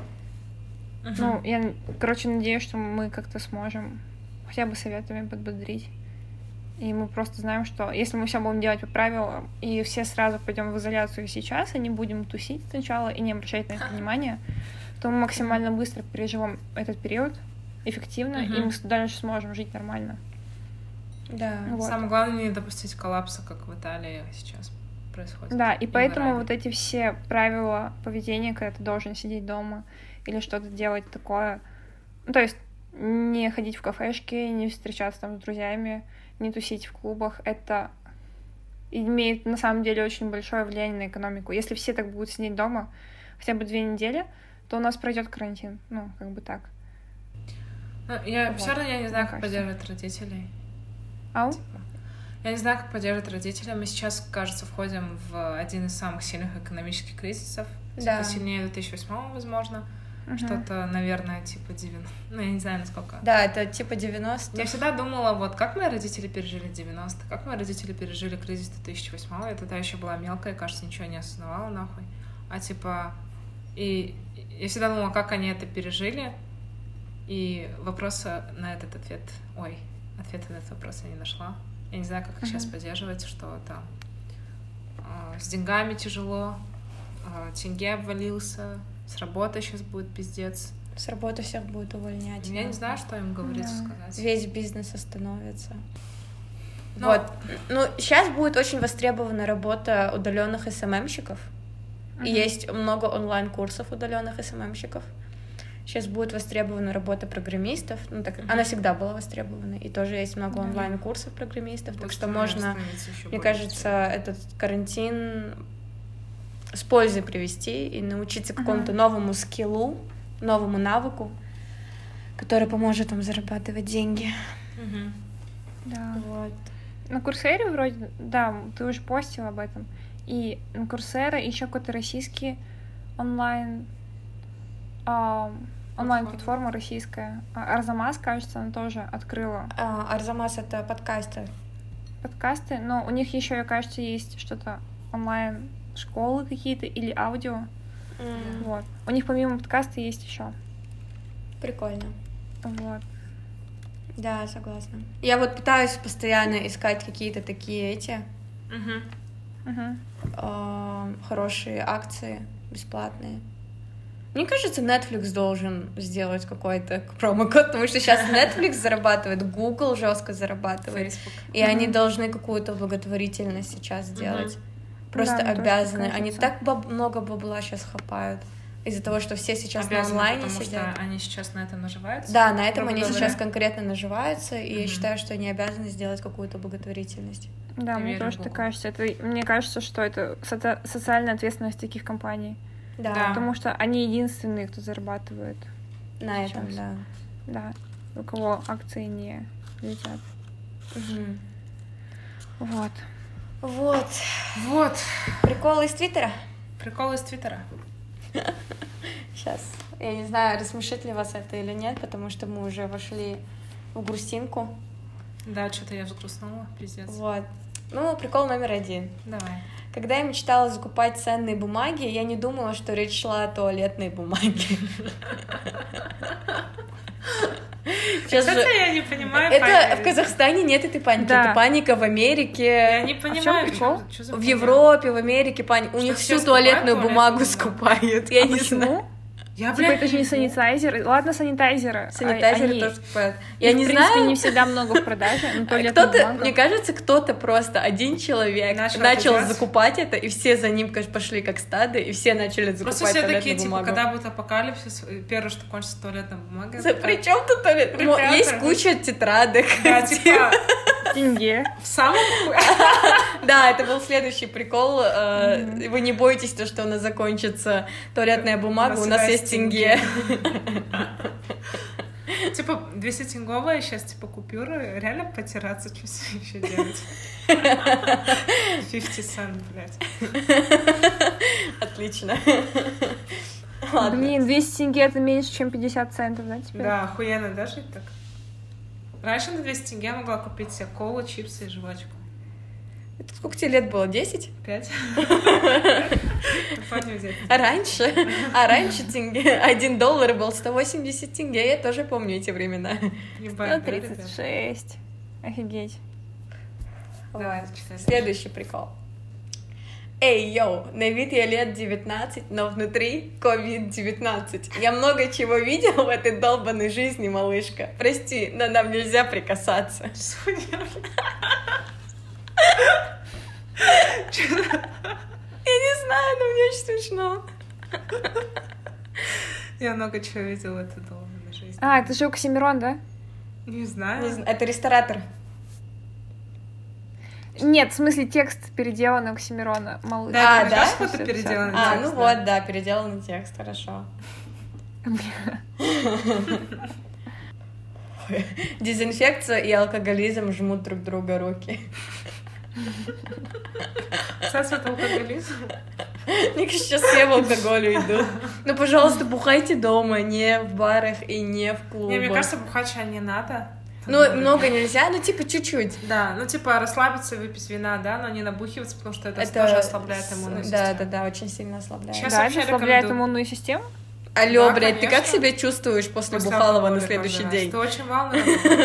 ну, я, короче, надеюсь, что мы как-то сможем хотя бы советами подбодрить. И мы просто знаем, что если мы все будем делать по правилам, и все сразу пойдем в изоляцию сейчас, и не будем тусить сначала, и не обращать на это внимания, то мы максимально быстро переживем этот период эффективно, и мы дальше сможем жить нормально. Да. Вот. Самое главное не допустить коллапса, как в Италии сейчас происходит. Да, и поэтому вот эти все правила поведения, когда ты должен сидеть дома или что-то делать такое, ну, то есть не ходить в кафешки, не встречаться там с друзьями, не тусить в клубах, это имеет на самом деле очень большое влияние на экономику. Если все так будут сидеть дома хотя бы 2 недели, то у нас пройдет карантин. Ну, как бы так. Ну, я все равно не знаю, как поддерживать родителей. Ау? Я не знаю, как поддерживать родителей. Мы сейчас, кажется, входим в один из самых сильных экономических кризисов. Да. Сильнее 2008, возможно. Что-то, наверное, типа 90. Ну, я не знаю, насколько. Да, это типа 90. Я всегда думала, вот, как мои родители пережили 90-е, как мои родители пережили кризис 2008-го. Я тогда еще была мелкая, кажется, ничего не осознавала, нахуй. А типа... И я всегда думала, как они это пережили. И вопроса на этот ответ... Ответа на этот вопрос я не нашла. Я не знаю, как их сейчас поддерживать, что там с деньгами тяжело, тенге обвалился, с работы сейчас будет пиздец. С работы всех будут увольнять. Я не знаю, что им говорить, сказать. Весь бизнес остановится. Вот. Ну, сейчас будет очень востребована работа удаленных СММщиков. И есть много онлайн-курсов удаленных СММщиков. Сейчас будет востребована работа программистов. Ну, так, она всегда была востребована. И тоже есть много онлайн-курсов программистов. Так что можно, мне кажется, этот карантин с пользой привести и научиться какому-то новому скиллу, новому навыку, который поможет вам зарабатывать деньги. Да. Вот. На Курсере вроде, да, ты уже постил об этом. И на Курсера еще какой-то российский онлайн-платформа российская. Арзамас, кажется, она тоже открыла. Арзамас — это подкасты. Подкасты, но у них еще, кажется, есть что-то онлайн-школы какие-то или аудио. Вот. У них помимо подкаста есть еще. Прикольно. Вот. Да, согласна. Я вот пытаюсь постоянно искать какие-то такие хорошие акции, бесплатные. Мне кажется, Netflix должен сделать какой-то промокод, потому что сейчас Netflix зарабатывает, Google жестко зарабатывает, Facebook. И они должны какую-то благотворительность сейчас сделать. Просто обязаны. Они так много бабла сейчас хапают. Из-за того, что все сейчас обязаны, на онлайне потому сидят. Что они сейчас на этом наживаются? Да, на этом они сейчас конкретно наживаются, и я считаю, что они обязаны сделать какую-то благотворительность. Да, мне тоже так кажется. Мне кажется, что это социальная ответственность таких компаний. Да. Потому что они единственные, кто зарабатывает на этом, да. Да, у кого акции не летят. Вот. Приколы из Твиттера? Приколы из Твиттера. Сейчас. Я не знаю, рассмешит ли вас это или нет, потому что мы уже вошли в грустинку. Да, что-то я взгрустнула, пиздец. Вот. Ну, прикол номер 1. Давай. Когда я мечтала закупать ценные бумаги, я не думала, что речь шла о туалетной бумаге. Кстати, я не понимаю. Это в Казахстане нет этой паники. Это паника в Америке. Я не понимаю, в Европе, в Америке паника. У них всю туалетную бумагу скупают. Я не знаю. Это же не санитайзеры. Ладно, санитайзеры. Санитайзеры тоже покупают. Я не знаю. В принципе, не всегда много в продаже. Мне кажется, кто-то просто, один человек начал закупать это, и все за ним, конечно, пошли как стадо, и все начали закупать туалетную бумагу. Просто все такие, типа, когда будет апокалипсис, первое, что кончится туалетная бумага. При чем тут туалет? Есть куча тетрадок. Да, типа... Тенге. В самом... Да, это был следующий прикол. Вы не боитесь, что у нас закончится туалетная бумага, у нас есть тенге. Типа 200-тенговая сейчас, типа, купюры, реально потираться, что еще делать? 50 цент, блядь. Отлично. Блин, 200 тенге это меньше, чем 50 центов, да, теперь? Да, охуенно, да, жить так? Раньше на 200 тенге я могла купить себе колу, чипсы и жвачку. Сколько тебе лет было? 10? 5. Раньше тенге. 1 доллар был 180 тенге. Я тоже помню эти времена. 136. Офигеть. Давай, следующий прикол. Эй, йоу, на вид я лет 19, но внутри COVID-19. Я много чего видел в этой долбанной жизни, малышка. Прости, но нам нельзя прикасаться. Я не знаю, но мне очень смешно. Я много чего видела в этой долбанной жизни. Это же Оксимирон, да? Не знаю. Это ресторатор. Нет, в смысле текст переделанный Оксимирона. Малыш. Да? Что-то переделанный текст. Ну вот, да, переделанный текст, хорошо. Дезинфекция и алкоголизм жмут друг друга руки. Сейчас это алкоголизм? Мне кажется, сейчас все в алкоголю идут. Ну, пожалуйста, бухайте дома, не в барах и не в клубах. Мне кажется, бухать не надо. Ну, много нельзя, ну, типа, чуть-чуть. Да, ну, типа, расслабиться, выпить вина, да, но не набухиваться, потому что это тоже ослабляет иммунную систему. Да, очень сильно ослабляет. Сейчас да, это ослабляет иммунную систему? Алло, да, блядь, конечно. Ты как себя чувствуешь после Бухалова на следующий день? Это очень волнует.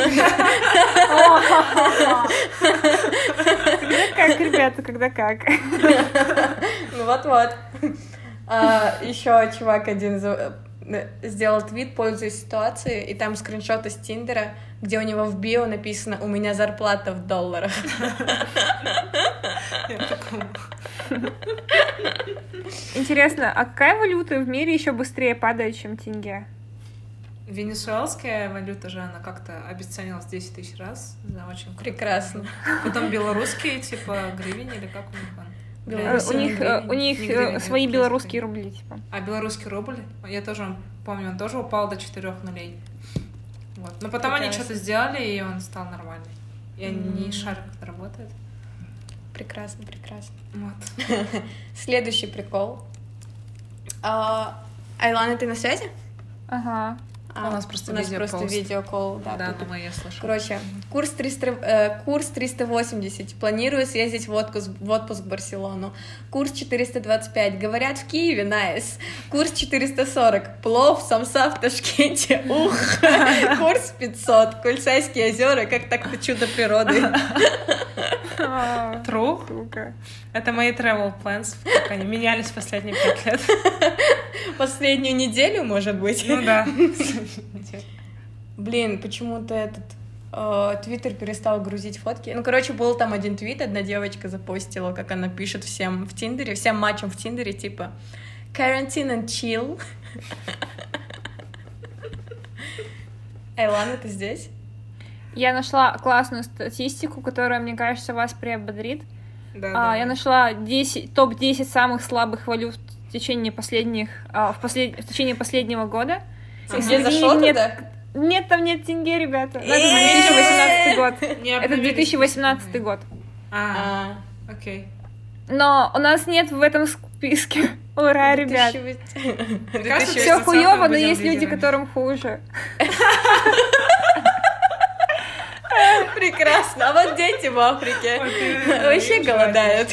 Когда как, ребята, когда как. Ну вот-вот. Еще чувак один сделал твит, пользуясь ситуацией, и там скриншот из Тиндера, где у него в био написано «У меня зарплата в долларах». Интересно, а какая валюта в мире еще быстрее падает, чем тенге? Венесуэлская валюта же, она как-то обесценилась 10 тысяч раз. Да, очень круто. Прекрасно. Потом белорусские, типа, гривень или как у них он? У них свои белорусские рубли, типа. А белорусский рубль? Я тоже помню, он тоже упал до 4 нулей. Вот. Но потом они что-то сделали, и он стал нормальный. Я не шарю, как это работает. Прекрасно. Вот. Следующий прикол. Айлана, ты на связи? Ага. У нас просто видеоколл. Да, но я слышу. Короче, курс 380. Планирую съездить в отпуск в Барселону. Курс 425. Говорят, в Киеве, найс. Курс 440. Плов, самса в Ташкенте. Ух. Курс 500. Кульсайские озера, как так-то чудо природы. True. Это мои travel plans, как они менялись последние 5 лет. Последнюю неделю, может быть? Ну да. Блин, почему-то Твиттер перестал грузить фотки. Ну, короче, был там один твит, одна девочка запостила, как она пишет всем в Тиндере, всем матчам в Тиндере, типа «Quarantine and chill». Айлана, ты здесь? Я нашла классную статистику, которая, мне кажется, вас приободрит. Да. Я нашла топ-10 самых слабых валют в течение последнего года. Где зашло туда? Нет, там нет тенге, ребята. Это 2018 год. Это 2018 год. Окей. Но у нас нет в этом списке. Ура, ребят. Все хуёво, но есть люди, которым хуже. Прекрасно. А вот дети в Африке вообще голодают.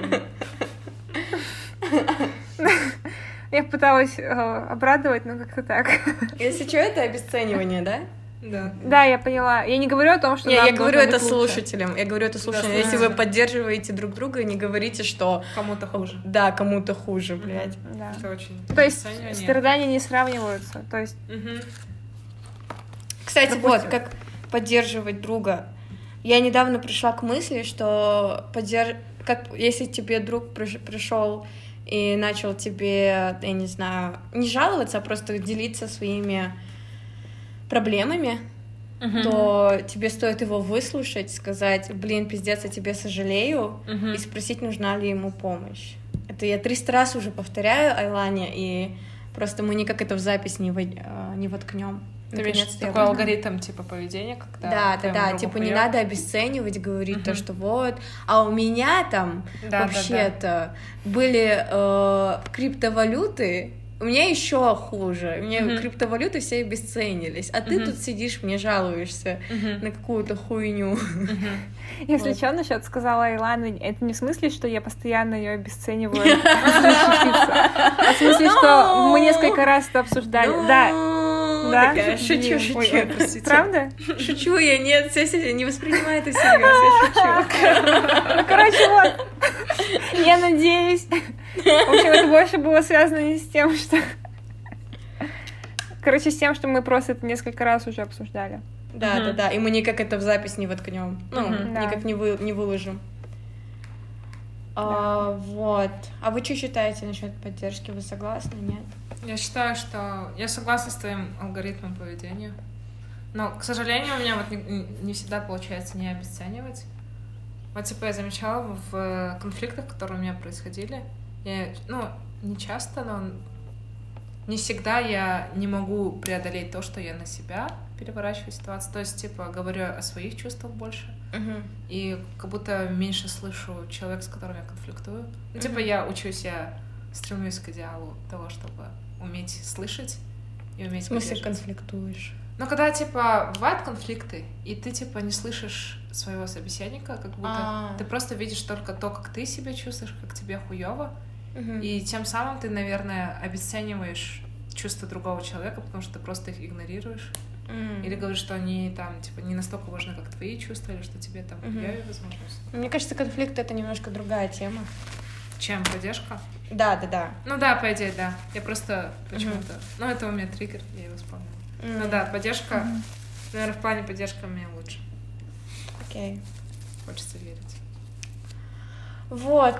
Я пыталась обрадовать, но как-то так. Если что, это обесценивание, да? Да, я поняла. Я не говорю о том, что я говорю это слушателям. Если вы поддерживаете друг друга, не говорите, что кому-то хуже. Да, кому-то хуже, блядь. Это очень. То есть страдания не сравниваются. То есть. Кстати, вот как поддерживать друга. Я недавно пришла к мысли, что если тебе друг пришел и начал тебе, я не знаю, не жаловаться, а просто делиться своими проблемами, то тебе стоит его выслушать, сказать, блин, пиздец, я тебе сожалею, и спросить, нужна ли ему помощь. Это я 300 раз уже повторяю Айлане, и просто мы никак это в запись не воткнем. Ты видишь такой алгоритм типа поведения, когда да, типа не надо обесценивать, говорить то, что вот, а у меня там вообще-то были криптовалюты, У меня еще хуже. У меня криптовалюты все обесценились. А ты тут сидишь, мне жалуешься на какую-то хуйню. Если что, насчет сказала Илана, это не в смысле, что я постоянно ее обесцениваю, а в смысле, что мы несколько раз это обсуждали. Да. Шучу. Правда? Шучу я, нет, не воспринимай это всерьез, я шучу. Короче, вот. Я надеюсь. В общем, это больше было связано не с тем, что... Короче, с тем, что мы просто это несколько раз уже обсуждали. Да, и мы никак это в запись не воткнем. Никак не выложим. Вот. А вы что считаете насчет поддержки? Вы согласны, нет? Я считаю, что я согласна с твоим алгоритмом поведения. Но, к сожалению, у меня вот не всегда получается не обесценивать. Вот, типа, я замечала в конфликтах, которые у меня происходили, не часто, но не всегда я не могу преодолеть то, что я на себя переворачиваю ситуацию. То есть, типа, говорю о своих чувствах больше. И как будто меньше слышу человека, с которым я конфликтую. Ну, типа, я учусь, я стремлюсь к идеалу того, чтобы уметь слышать и уметь поддерживать. В смысле конфликтуешь? Ну, когда, типа, бывают конфликты, и ты, типа, не слышишь своего собеседника, как будто ты просто видишь только то, как ты себя чувствуешь, как тебе хуёво, и тем самым ты, наверное, обесцениваешь чувства другого человека, потому что ты просто их игнорируешь. Или говоришь, что они там, типа, не настолько важны, как твои чувства, или что тебе там хуёвее, возможно. Мне кажется, конфликт — это немножко другая тема. Чем? Поддержка? Да. Ну да, по идее, да. Я просто почему-то... Ну, это у меня триггер, я его вспомнила. Ну да, поддержка... Наверное, в плане поддержки у меня лучше. Окей. Хочется верить. Вот.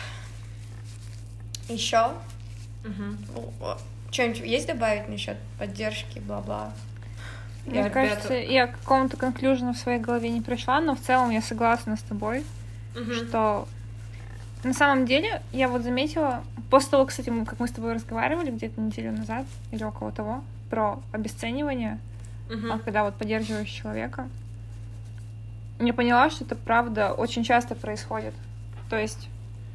Еще? Что-нибудь есть добавить насчет поддержки, бла-бла? Мне кажется, я к какому-то конклюжену в своей голове не пришла, но в целом я согласна с тобой, что на самом деле я вот заметила, после того, кстати, как мы с тобой разговаривали где-то неделю назад или около того, про обесценивание, когда вот поддерживаешь человека, я поняла, что это правда очень часто происходит. То есть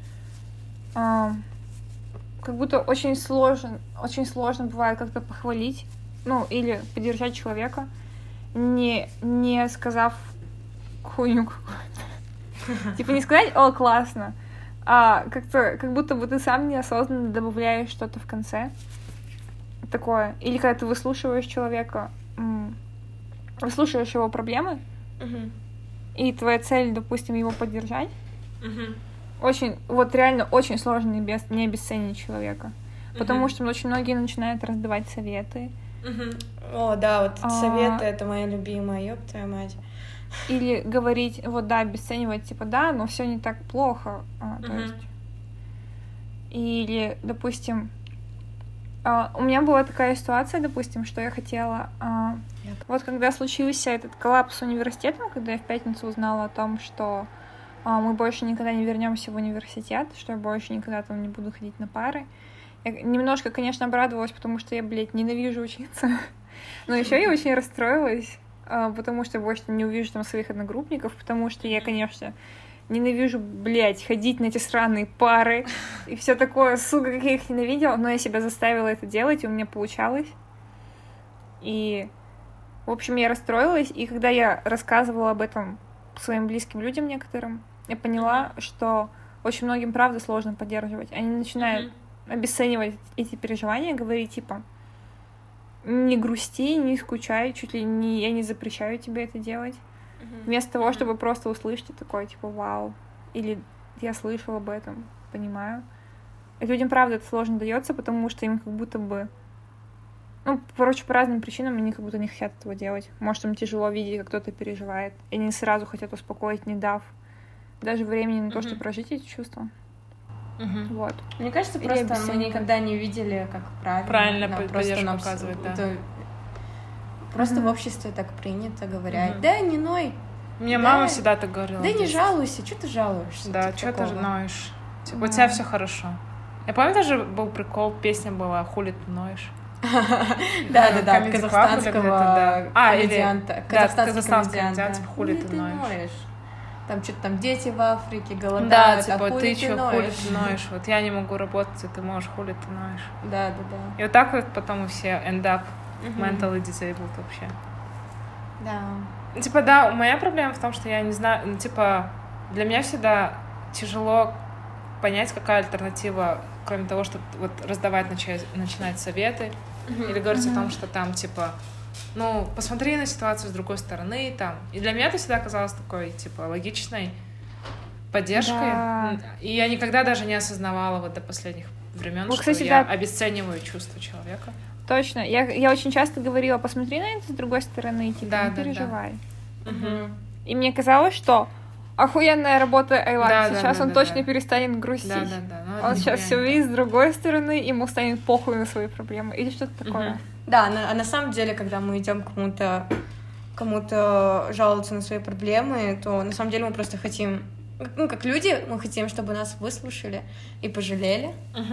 как будто очень сложно бывает как-то похвалить, или поддержать человека, не сказав хуйню какую-то. Типа не сказать «О, классно», а как будто бы ты сам неосознанно добавляешь что-то в конце. Такое. Или когда ты выслушиваешь человека, выслушиваешь его проблемы, и твоя цель, допустим, его поддержать, реально очень сложно не обесценить человека. Потому что очень многие начинают раздавать советы. О, да, вот советы — это моя любимая, ёб твою мать. Или говорить, обесценивать, типа, да, но все не так плохо. То есть... Или, допустим, у меня была такая ситуация, допустим, что я хотела... Вот когда случился этот коллапс с университетом, когда я в пятницу узнала о том, что мы больше никогда не вернемся в университет, что я больше никогда там не буду ходить на пары, я немножко, конечно, обрадовалась, потому что я, ненавижу учиться. Но еще я очень расстроилась, потому что я больше не увижу там своих одногруппников, потому что я, конечно, ненавижу, ходить на эти сраные пары и все такое, сука, как я их ненавидела, но я себя заставила это делать, и у меня получалось. И, в общем, я расстроилась, и когда я рассказывала об этом своим близким людям некоторым, я поняла, что очень многим, правда, сложно поддерживать. Они начинают обесценивать эти переживания, говорить, типа, не грусти, не скучай, чуть ли не я не запрещаю тебе это делать. Вместо того, чтобы просто услышать такое, типа, вау, или я слышал об этом, понимаю. И людям, правда, это сложно дается, потому что им как будто бы, по разным причинам они как будто не хотят этого делать. Может, им тяжело видеть, как кто-то переживает, и они сразу хотят успокоить, не дав даже времени на то, чтобы прожить эти чувства. Вот. Мне кажется, просто мы никогда не видели, как правильно поддержку показывать, да. Просто в обществе так принято говорят. Да, не ной. Мне мама всегда так говорила. Да не жалуйся, что ты жалуешься? Да, что ты ноешь? Типа, у тебя все хорошо. Я помню, даже был прикол, песня была «Хули ты ноешь». Да, казахстанского комедианта. Казахстанский комедиант, «Хули ты ноешь». там что-то там дети в Африке голодают, да, типа, а ты что, хули ты ноешь? Вот я не могу работать, а ты можешь, хули ты ноешь? Да. И вот так вот потом мы все end up mentally disabled вообще. Да. Типа, да, моя проблема в том, что я не знаю, ну, типа, для меня всегда тяжело понять, какая альтернатива, кроме того, что вот раздавать начинать советы, или говорить о том, что там, типа, ну, посмотри на ситуацию с другой стороны, там. И для меня это всегда казалось такой, типа, логичной поддержкой. Да. И я никогда даже не осознавала вот до последних времен, что кстати, я обесцениваю чувства человека. Точно. Я очень часто говорила, посмотри на это с другой стороны, типа, не переживай. Да. И мне казалось, что охуенная работа Айлак. Сейчас он точно перестанет грустить. Он сейчас все видит с другой стороны, ему станет похуй на свои проблемы. Или что-то такое. Да, а на самом деле, когда мы идем кому-то жаловаться на свои проблемы, то на самом деле мы просто хотим, ну, как люди, мы хотим, чтобы нас выслушали и пожалели.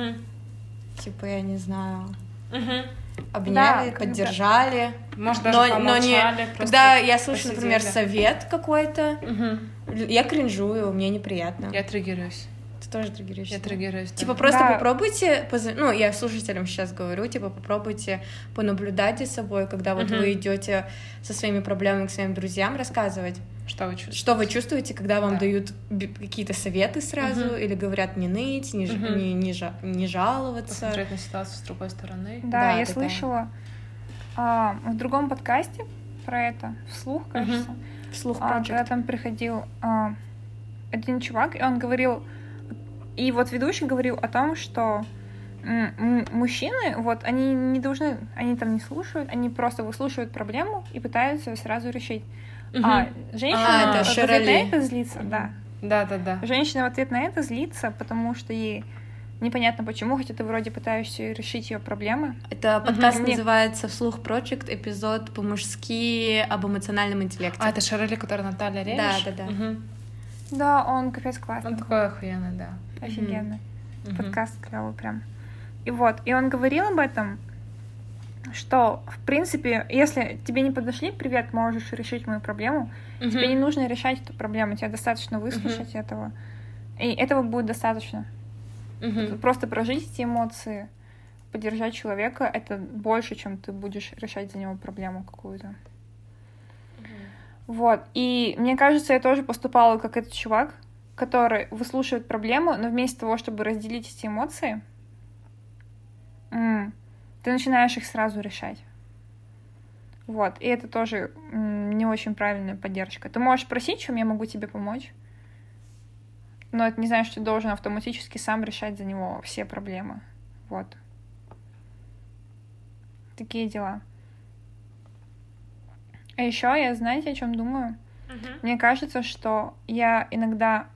Типа, я не знаю, обняли, поддержали. Может, даже помолчали. Когда я слышу, например, совет какой-то, я кринжую, мне неприятно. Я триггерюсь. Ты тоже триггеришься? Я триггерюсь, да. Типа, просто попробуйте, ну, я слушателям сейчас говорю, типа, попробуйте понаблюдать за собой, когда вот вы идете со своими проблемами к своим друзьям рассказывать. Что вы чувствуете? Что вы чувствуете, когда вам дают какие-то советы сразу, или говорят не ныть, не жаловаться. Посмотреть на ситуацию с другой стороны. Да, я слышала в другом подкасте про это, вслух, кажется. Вслух когда там приходил один чувак, и он говорил, и вот ведущий говорил о том, что мужчины, вот, они не должны, они там не слушают, они просто выслушивают проблему и пытаются ее сразу решить. А женщина в ответ на это злится, да. Да. Женщина в ответ на это злится, потому что ей непонятно почему, хотя ты вроде пытаешься решить ее проблемы. Это подкаст называется «Вслух Project», эпизод по-мужски об эмоциональном интеллекте. Это Шарели, которая Наталья Ремеш? Да. Да, он капец классный. Он такой охуенный, да. Офигенный. Подкаст клевый прям. И вот, и он говорил об этом, что, в принципе, если тебе не подошли, привет, можешь решить мою проблему, тебе не нужно решать эту проблему, тебе достаточно выслушать этого, и этого будет достаточно. Просто прожить эти эмоции, поддержать человека, это больше, чем ты будешь решать за него проблему какую-то. Вот, и мне кажется, я тоже поступала как этот чувак, который выслушивает проблему, но вместо того, чтобы разделить эти эмоции, ты начинаешь их сразу решать. Вот, и это тоже не очень правильная поддержка. Ты можешь спросить, чем я могу тебе помочь, но это не значит, что ты должен автоматически сам решать за него все проблемы. Вот. Такие дела. А еще я, знаете, о чем думаю? Мне кажется, что я иногда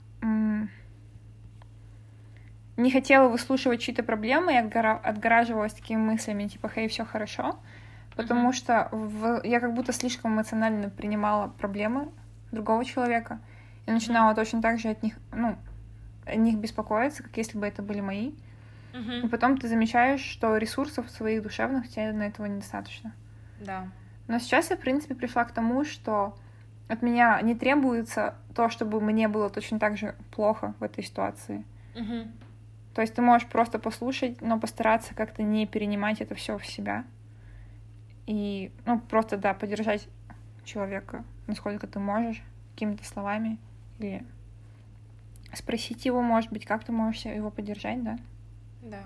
не хотела выслушивать чьи-то проблемы и отгораживалась такими мыслями, типа, хей, все хорошо, потому что я как будто слишком эмоционально принимала проблемы другого человека и начинала точно так же о них беспокоиться, как если бы это были мои. И потом ты замечаешь, что ресурсов своих душевных у тебя на этого недостаточно. Да. Но сейчас я, в принципе, пришла к тому, что от меня не требуется то, чтобы мне было точно так же плохо в этой ситуации. То есть ты можешь просто послушать, но постараться как-то не перенимать это все в себя. И, просто, да, поддержать человека, насколько ты можешь, какими-то словами. Или спросить его, может быть, как ты можешь его поддержать, да? Да.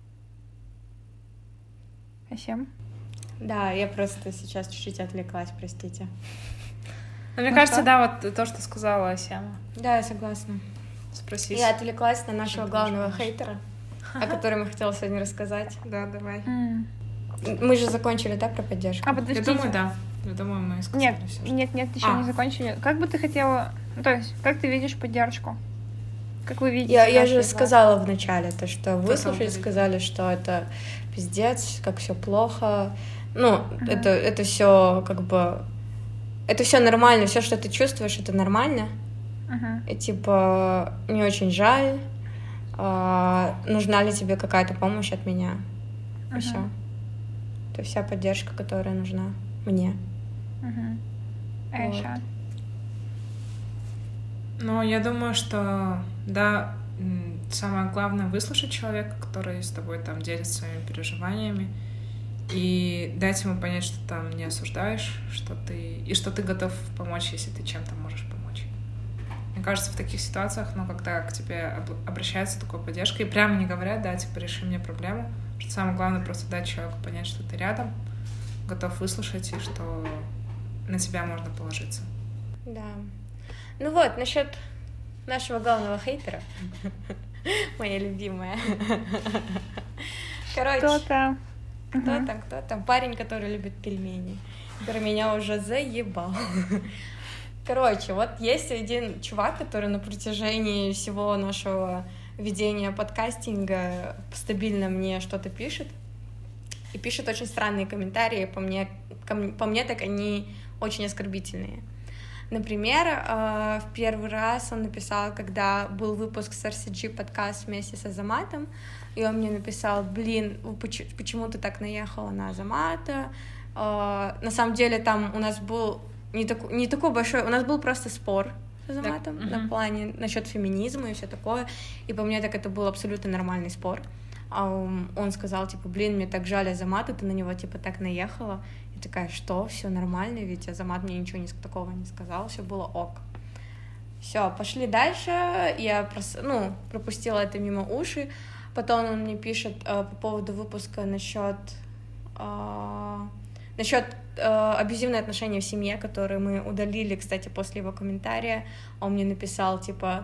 Асем? Да, я просто сейчас чуть-чуть отвлеклась, простите. Мне кажется, да, вот то, что сказала Асема. Да, я согласна. Спросить. Я отвлеклась на нашего главного хейтера, о котором я хотела сегодня рассказать. Да, давай. Мы же закончили, да, про поддержку? Подождите. Я думаю, да. Я думаю, мы сказали все. Нет, еще не закончили. Как бы ты хотела... То есть, как ты видишь поддержку? Как вы видите? Я же сказала в начале, то, что выслушали, сказали, что это пиздец, как все плохо. Это все как бы... Это все нормально, все, что ты чувствуешь, это нормально. И типа, мне очень жаль, нужна ли тебе какая-то помощь от меня. И все. Это вся поддержка, которая нужна мне. А еще? Ну, я думаю, что, да, самое главное — выслушать человека, который с тобой там делится своими переживаниями, и дать ему понять, что там не осуждаешь, что ты готов помочь, если ты чем-то можешь помочь. Мне кажется, в таких ситуациях, когда к тебе обращаются с такой поддержкой и прямо не говорят, да, типа, реши мне проблему, что самое главное — просто дать человеку понять, что ты рядом, готов выслушать, и что на тебя можно положиться. Да. Ну вот, насчет нашего главного хейтера, моя любимая. Короче, кто там? Парень, который любит пельмени, который меня уже заебал. Короче, вот есть один чувак, который на протяжении всего нашего ведения подкастинга стабильно мне что-то пишет. И пишет очень странные комментарии, по мне так они очень оскорбительные. Например, в первый раз он написал, когда был выпуск с RCG подкаст вместе с Азаматом, и он мне написал: блин, почему ты так наехала на Азамата? На самом деле там у нас был не такой большой, у нас был просто спор с Азаматом на плане насчет феминизма и все такое, и по мне так это был абсолютно нормальный спор. Он сказал, типа, блин, мне так жаль Азамата, ты на него, типа, так наехала. Я такая, что, все нормально, ведь Азамат мне ничего такого не сказал, все было ок. Все, пошли дальше, я пропустила это мимо уши. Потом он мне пишет по поводу выпуска насчет абьюзивные отношения в семье, которые мы удалили, кстати, после его комментария. Он мне написал, типа,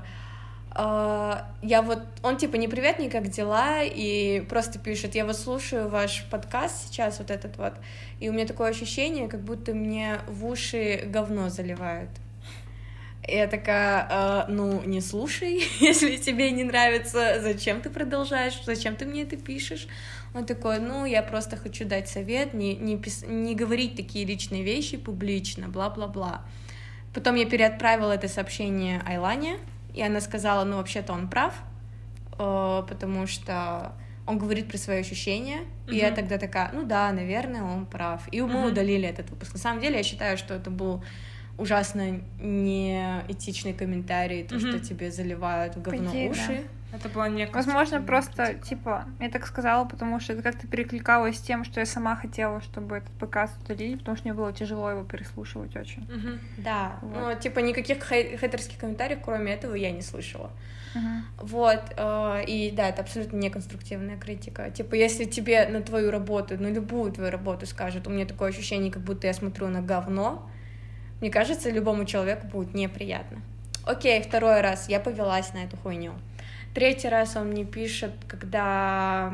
он типа, не привет, не как дела, и просто пишет: я вот слушаю ваш подкаст сейчас, вот этот вот, и у меня такое ощущение, как будто мне в уши говно заливают. И я такая, не слушай, если тебе не нравится, зачем ты продолжаешь, зачем ты мне это пишешь? Он такой: я просто хочу дать совет, не говорить такие личные вещи публично, бла-бла-бла. Потом я переотправила это сообщение Айлане, и она сказала: вообще-то он прав, потому что он говорит про свои ощущения, и я тогда такая: да, наверное, он прав. И мы удалили этот выпуск. На самом деле, я считаю, что это был ужасно неэтичный комментарий, то, что тебе заливают в говно уши. Да. Это было не... Возможно, просто, типа, я так сказала, потому что это как-то перекликалось с тем, что я сама хотела, чтобы этот подкаст удалили, потому что мне было тяжело его переслушивать очень. Да, вот. Никаких хейтерских комментариев, кроме этого, я не слышала. Вот, и да, это абсолютно неконструктивная критика. Типа, если тебе на твою работу, на любую твою работу скажут: у меня такое ощущение, как будто я смотрю на говно, мне кажется, любому человеку будет неприятно. Окей, второй раз я повелась на эту хуйню. Третий раз он мне пишет, когда...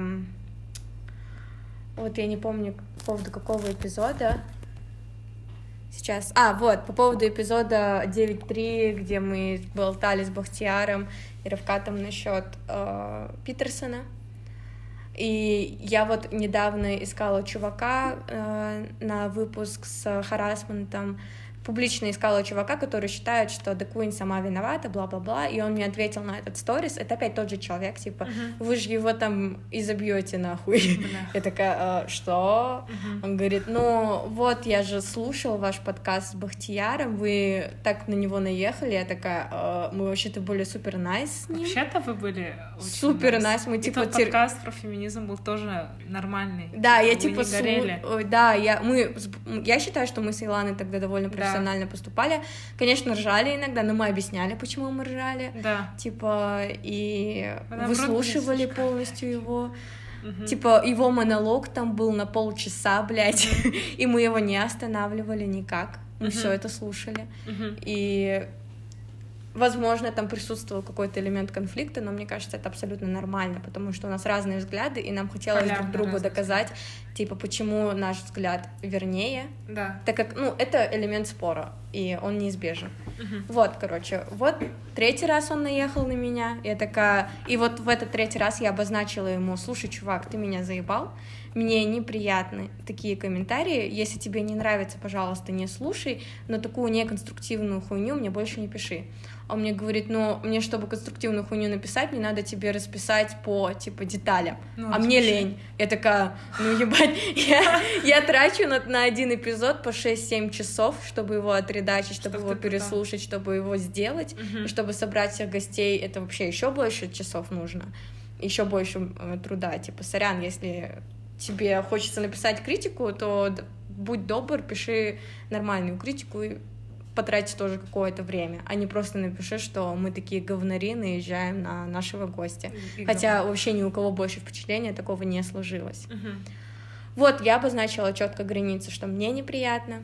Вот я не помню, по поводу какого эпизода. Сейчас... по поводу эпизода 9.3, где мы болтали с Бахтияром и Равкатом насчет Питерсона. И я вот недавно искала чувака на выпуск с харассментом, публично искала чувака, который считает, что The Queen сама виновата, бла-бла-бла, и он мне ответил на этот сторис. Это опять тот же человек, типа, вы же его там изобьете нахуй. Я такая, что? Он говорит: вот, я же слушал ваш подкаст с Бахтияром, вы так на него наехали. Я такая, мы вообще-то были супер найс с ним. Вообще-то вы были супер найс. Мы, типа, тот подкаст про феминизм был тоже нормальный. Да, я типа... Да, я считаю, что мы с Иланой тогда довольно профессионально поступали. Конечно, ржали иногда, но мы объясняли, почему мы ржали. Да. Типа, и выслушивали полностью его. Типа, его монолог там был на полчаса, блядь, и мы его не останавливали никак. Мы все это слушали. И... Возможно, там присутствовал какой-то элемент конфликта, но мне кажется, это абсолютно нормально, потому что у нас разные взгляды, и нам хотелось друг другу доказать, типа, почему наш взгляд вернее, так как, это элемент спора, и он неизбежен. Вот, короче, вот третий раз он наехал на меня, я такая... И вот в этот третий раз я обозначила ему: слушай, чувак, ты меня заебал, мне неприятны такие комментарии, если тебе не нравится, пожалуйста, не слушай, но такую неконструктивную хуйню мне больше не пиши. Он мне говорит: мне, чтобы конструктивную хуйню написать, мне надо тебе расписать по, типа, деталям, мне лень. Я такая: ебать, Я трачу на один эпизод по 6-7 часов, чтобы его отредачить, чтобы его переслушать, чтобы его сделать, и чтобы собрать всех гостей. Это вообще еще больше часов нужно, еще больше труда. Типа, сорян, если тебе хочется написать критику, то будь добр, пиши нормальную критику и потратить тоже какое-то время, а не просто напиши, что мы такие говнари, наезжаем на нашего гостя. Хотя вообще ни у кого больше впечатления такого не сложилось. Вот, я обозначила четко границы, что мне неприятно.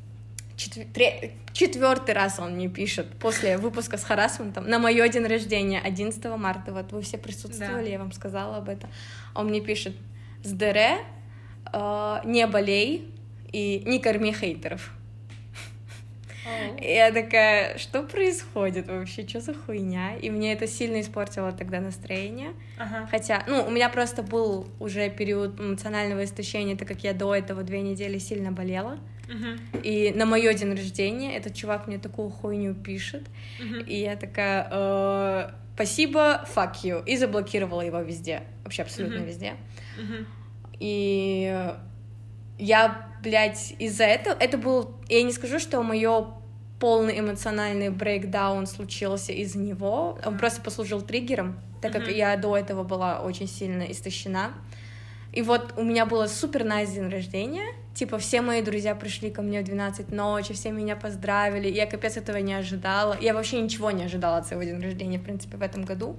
Четвертый раз он мне пишет после выпуска с харассментом на мое день рождения, 11 марта. Вот вы все присутствовали, я вам сказала об этом. Он мне пишет: «Здоре, не болей и не корми хейтеров». Я такая, что происходит вообще, что за хуйня? И мне это сильно испортило тогда настроение. Хотя, у меня просто был уже период эмоционального истощения, так как я до этого 2 недели сильно болела. И на мое день рождения этот чувак мне такую хуйню пишет. И я такая, спасибо, fuck you. И заблокировала его везде, вообще абсолютно везде. И я, блядь, из-за этого... Это был... Я не скажу, что мое полный эмоциональный брейкдаун случился из-за него. Он просто послужил триггером, так как я до этого была очень сильно истощена. И вот у меня было супер найс день рождения. Типа, все мои друзья пришли ко мне в 12 ночи, все меня поздравили. Я капец этого не ожидала. Я вообще ничего не ожидала от своего дня рождения, в принципе, в этом году.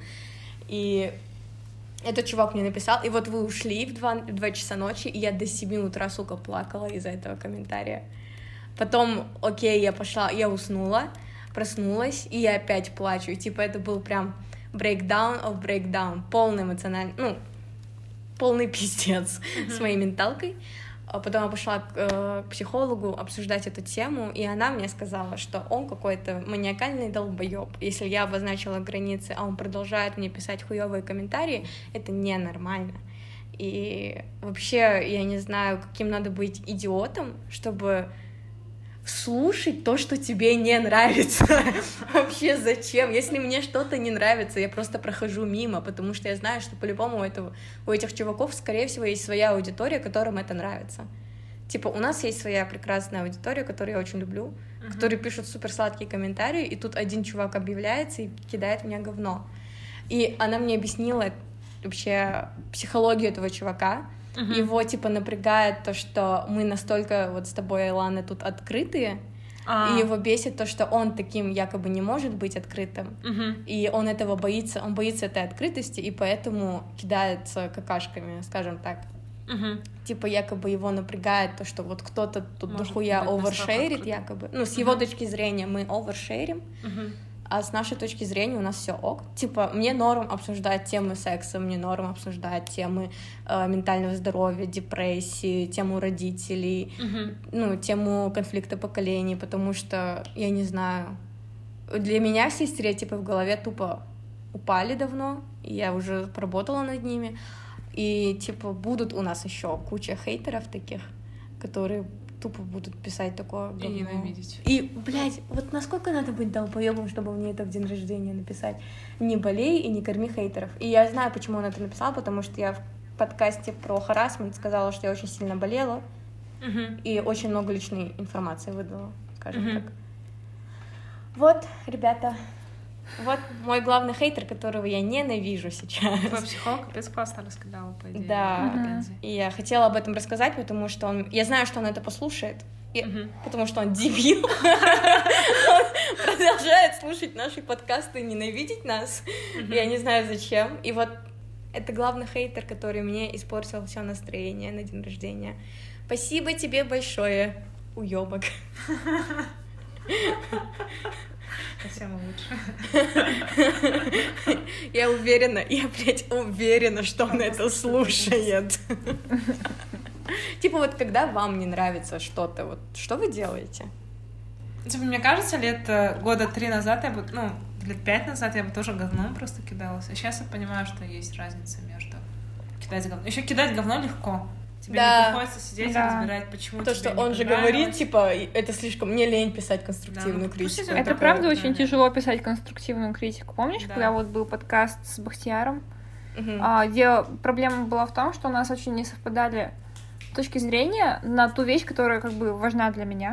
И этот чувак мне написал, и вот вы ушли в 2 часа ночи, и я до 7 утра, сука, плакала из-за этого комментария. Потом, окей, я уснула, проснулась, и я опять плачу. И типа это был прям breakdown of breakdown, полный эмоциональный, полный пиздец с моей менталкой. Потом я пошла к психологу обсуждать эту тему, и она мне сказала, что он какой-то маниакальный долбоёб. Если я обозначила границы, а он продолжает мне писать хуёвые комментарии, это ненормально. И вообще, я не знаю, каким надо быть идиотом, чтобы слушать то, что тебе не нравится. Вообще зачем? Если мне что-то не нравится, я просто прохожу мимо, потому что я знаю, что по-любому у этих чуваков, скорее всего, есть своя аудитория, которым это нравится. Типа, у нас есть своя прекрасная аудитория, которую я очень люблю, которые пишут супер сладкие комментарии, и тут один чувак объявляется и кидает мне говно. И она мне объяснила вообще психологию этого чувака. Его, типа, напрягает то, что мы настолько вот с тобой, Илана, тут открытые, и его бесит то, что он таким якобы не может быть открытым, и он этого боится, он боится этой открытости, и поэтому кидается какашками, скажем так. Типа, якобы его напрягает то, что вот кто-то тут дохуя овершерит, якобы. С его точки зрения мы овершерим, а с нашей точки зрения у нас все ок. Типа, мне норм обсуждать темы секса, мне норм обсуждать темы ментального здоровья, депрессии, тему родителей, тему конфликта поколений, потому что, я не знаю, для меня все стереотипы в голове тупо упали давно, и я уже поработала над ними, и, типа, будут у нас еще куча хейтеров таких, которые тупо будут писать такое говно. И ненавидеть. И, блядь, вот насколько надо быть долбоёбом, чтобы мне это в день рождения написать? Не болей и не корми хейтеров. И я знаю, почему он это написал, потому что я в подкасте про харассмент сказала, что я очень сильно болела и очень много личной информации выдала, скажем так. Вот, ребята, вот мой главный хейтер, которого я ненавижу сейчас. Твой психолог капец классно рассказала, по идее. Да, и я хотела об этом рассказать, потому что я знаю, что он это послушает, потому что он дебил. Он продолжает слушать наши подкасты и ненавидеть нас. Я не знаю, зачем. И вот это главный хейтер, который мне испортил все настроение на день рождения. Спасибо тебе большое, уёбок. Совсем лучше. Я уверена, что он это слушает. Типа вот когда вам не нравится что-то, вот что вы делаете? Типа, мне кажется, лет 3 года назад я бы, лет 5 назад я бы тоже говном просто кидалась. А сейчас я понимаю, что есть разница между кидать говно. Еще кидать говно легко. Тебе не приходится сидеть и разбирать, почему то, что он же говорит, типа, это слишком... Мне лень писать конструктивную критику. Это правда очень тяжело писать конструктивную критику. Помнишь, когда вот был подкаст с Бахтияром, где проблема была в том, что у нас очень не совпадали точки зрения на ту вещь, которая как бы важна для меня.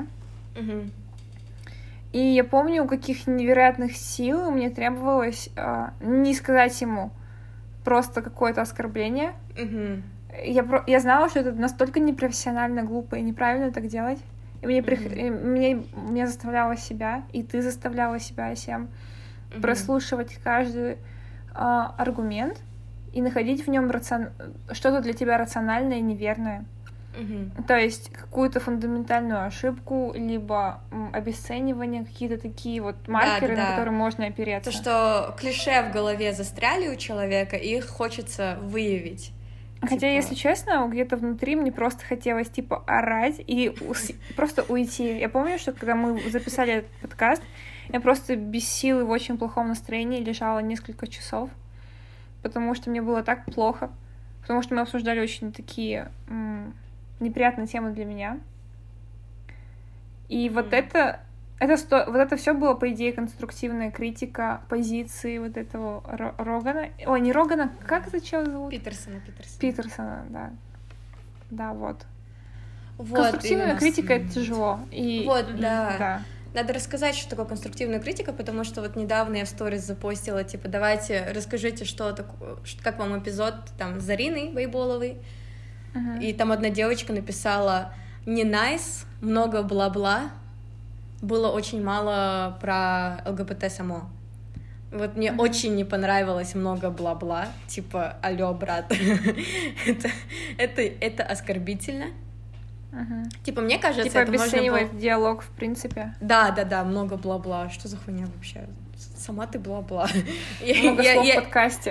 И я помню, у каких невероятных сил мне требовалось не сказать ему просто какое-то оскорбление. Я знала, что это настолько непрофессионально, глупо и неправильно так делать. И меня заставляла себя, и ты заставляла себя всем прослушивать каждый аргумент и находить в нем что-то для тебя рациональное и неверное. То есть какую-то фундаментальную ошибку, либо обесценивание, какие-то такие вот маркеры, на которые можно опереться. То, что клише в голове застряли у человека, и их хочется выявить. Хотя, если честно, где-то внутри мне просто хотелось, типа, орать и просто уйти. Я помню, что когда мы записали этот подкаст, я просто без сил и в очень плохом настроении лежала несколько часов, потому что мне было так плохо, потому что мы обсуждали очень такие неприятные темы для меня. И вот это все было, по идее, конструктивная критика позиции вот этого Рогана. Ой, не Рогана, как это чел зовут? Питерсона, да. Да, вот. Конструктивная критика — это тяжело. Да. Надо рассказать, что такое конструктивная критика, потому что вот недавно я в сторис запостила, типа, давайте расскажите, как вам эпизод там с Зариной Байболовой. И там одна девочка написала «не nice, много бла-бла». Было очень мало про ЛГБТ само. Вот мне очень не понравилось много бла-бла, типа алло, брат, это оскорбительно. Типа, мне кажется, типа это обесценивает диалог, в принципе. Да, много бла-бла. Что за хуйня вообще? Сама ты бла-бла. Много слов в подкасте.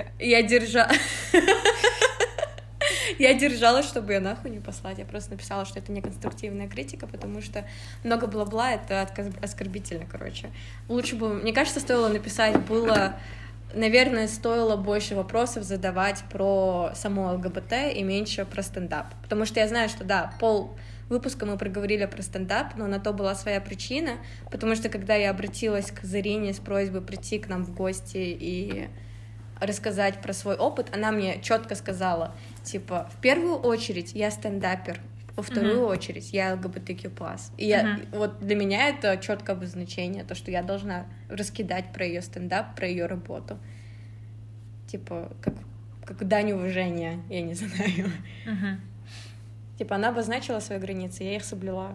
Я держалась, чтобы ее нахуй не послать. Я просто написала, что это не конструктивная критика, потому что много бла-бла — это оскорбительно, короче. Лучше бы, мне кажется, стоило написать наверное, стоило больше вопросов задавать про само ЛГБТ и меньше про стендап. Потому что я знаю, что да, выпуска мы проговорили про стендап, но на то была своя причина, потому что когда я обратилась к Зарине с просьбой прийти к нам в гости и рассказать про свой опыт, она мне четко сказала, типа, в первую очередь я стендапер, во вторую очередь я ЛГБТQ+. И вот для меня это четкое обозначение, то, что я должна раскидать про ее стендап, про ее работу. Типа, как дань уважения, я не знаю. Типа, она обозначила свои границы, я их соблюла.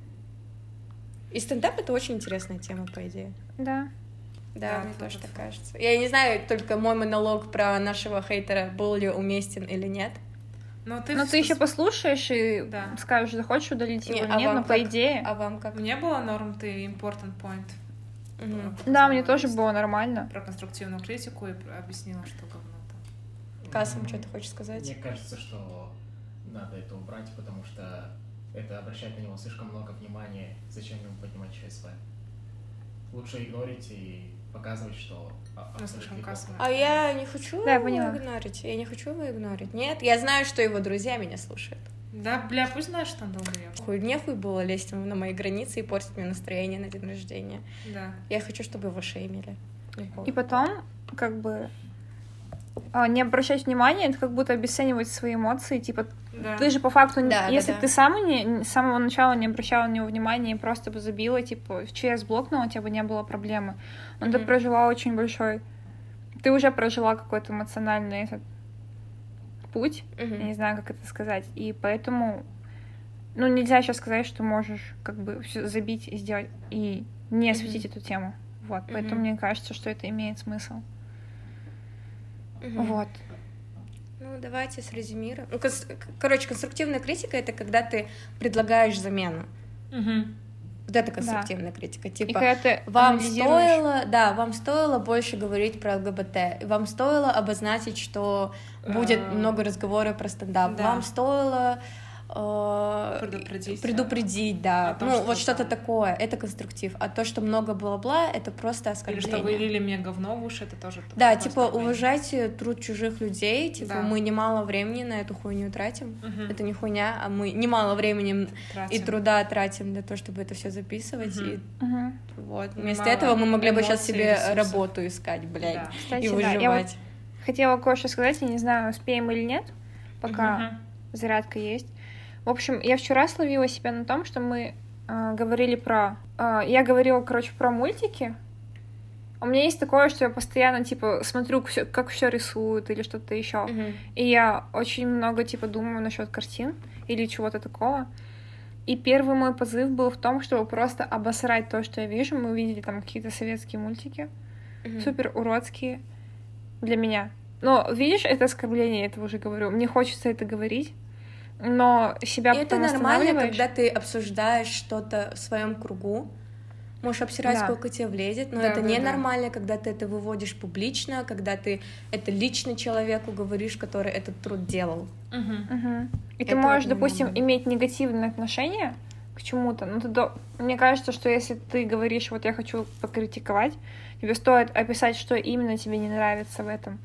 И стендап — это очень интересная тема, по идее. Да. Да, мне тоже так кажется. Я не знаю, только мой монолог про нашего хейтера был ли уместен или нет. Но ты еще послушаешь и скажешь, захочешь удалить его или нет, но по идее... А вам как? Мне было норм, ты important point. Да, мне тоже было нормально. Про конструктивную критику и объяснила, что говно там. Касым, что ты хочешь сказать? Мне кажется, что надо это убрать, потому что это обращает на него слишком много внимания. Зачем ему поднимать ЧСВ? Лучше игнорить и показывать, что... А я не хочу его игнорить. Я не хочу его игнорить. Нет, я знаю, что его друзья меня слушают. Да, бля, пусть знает, что он долбоёб. Нехуй было лезть на мои границы и портить мне настроение на день рождения. Да. Я хочу, чтобы его шеймили. И потом, как бы, не обращать внимания, это как будто обесценивать свои эмоции. Типа, ты же по факту, если ты с самого начала не обращала на него внимания и просто бы забила, типа, в ЧС блокнула, у тебя бы не было проблемы. Но ты прожила очень большой... Ты уже прожила какой-то эмоциональный этот путь, я не знаю, как это сказать, и поэтому, нельзя сейчас сказать, что можешь как бы все забить и сделать, и не осветить эту тему. Вот, поэтому мне кажется, что это имеет смысл. Вот. Давайте срезюмируем. Короче, конструктивная критика — это когда ты предлагаешь замену. Вот это конструктивная критика. Типа, вам стоило больше говорить про ЛГБТ, вам стоило обозначить, что будет много разговоров про стендап, вам стоило предупредить, да. Том, вот что-то такое, это конструктив. А то, что много бла-бла, это просто оскорбление. Или что вы лили мне говно в уши, это тоже... Да, типа, уважайте труд чужих людей, типа, мы немало времени на эту хуйню тратим. Это не хуйня, а мы немало времени и труда тратим для того, чтобы это все записывать. И вот. Вместо этого мы могли бы сейчас себе работу искать, блядь, Кстати, и выживать. Я вот хотела кое-что сказать, я не знаю, успеем или нет, пока зарядка есть. В общем, я вчера словила себя на том, что мы говорили про... я говорила, короче, про мультики. У меня есть такое, что я постоянно, типа, смотрю, как все рисуют или что-то еще. И я очень много, типа, думаю насчет картин или чего-то такого. И первый мой позыв был в том, чтобы просто обосрать то, что я вижу. Мы увидели там какие-то советские мультики, супер уродские для меня. Но, видишь, это оскорбление, я это уже говорю. Мне хочется это говорить, но себя потом останавливаешь. Это нормально, когда ты обсуждаешь что-то в своем кругу. Можешь обсирать, сколько тебе влезет, но это ненормально, когда ты это выводишь публично, когда ты это лично человеку говоришь, который этот труд делал. И ты можешь, допустим, иметь негативное отношение к чему-то, но мне кажется, что если ты говоришь, вот я хочу покритиковать, тебе стоит описать, что именно тебе не нравится в этом,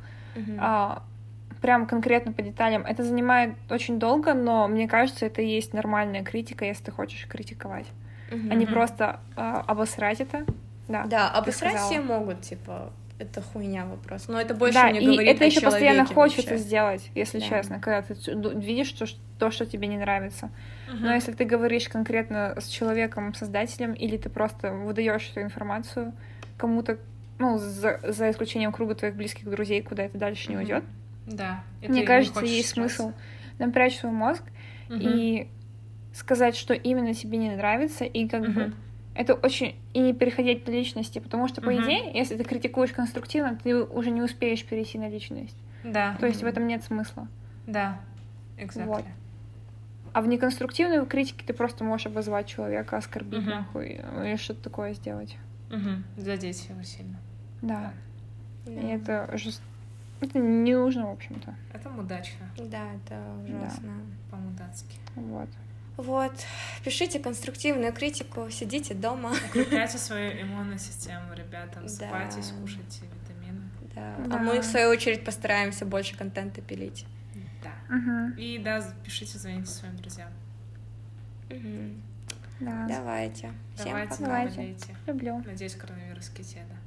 прям конкретно по деталям. Это занимает очень долго, но мне кажется, это и есть нормальная критика, если ты хочешь критиковать. А не просто обосрать это. Да, обосрать все могут, типа, это хуйня вопрос. Но это больше не говорит о человеке. Это еще постоянно хочется сделать, если честно, когда ты видишь то, что тебе не нравится. Но если ты говоришь конкретно с человеком, создателем, или ты просто выдаешь эту информацию кому-то, ну, за исключением круга твоих близких друзей, куда это дальше не уйдет. Да. Мне кажется, есть смысл напрячь свой мозг и сказать, что именно тебе не нравится, и как бы это очень... И не переходить на личности, потому что, по идее, если ты критикуешь конструктивно, ты уже не успеешь перейти на личность. Да. То есть в этом нет смысла. Да, exactly. Вот. А в неконструктивной критике ты просто можешь обозвать человека, оскорбить нахуй, или что-то такое сделать. Задеть его сильно. Да. И это это не нужно, в общем-то. Это мудачно. Да, это ужасно. Да. По-мудацки. Вот. Пишите конструктивную критику, сидите дома. Укрепляйте свою иммунную систему, ребята. Высыпайтесь, кушайте витамины. Да. А мы, в свою очередь, постараемся больше контента пилить. Да. И пишите, звоните своим друзьям. Да. Давайте. Всем пока. Давайте. Люблю. Надеюсь, коронавирус китеда.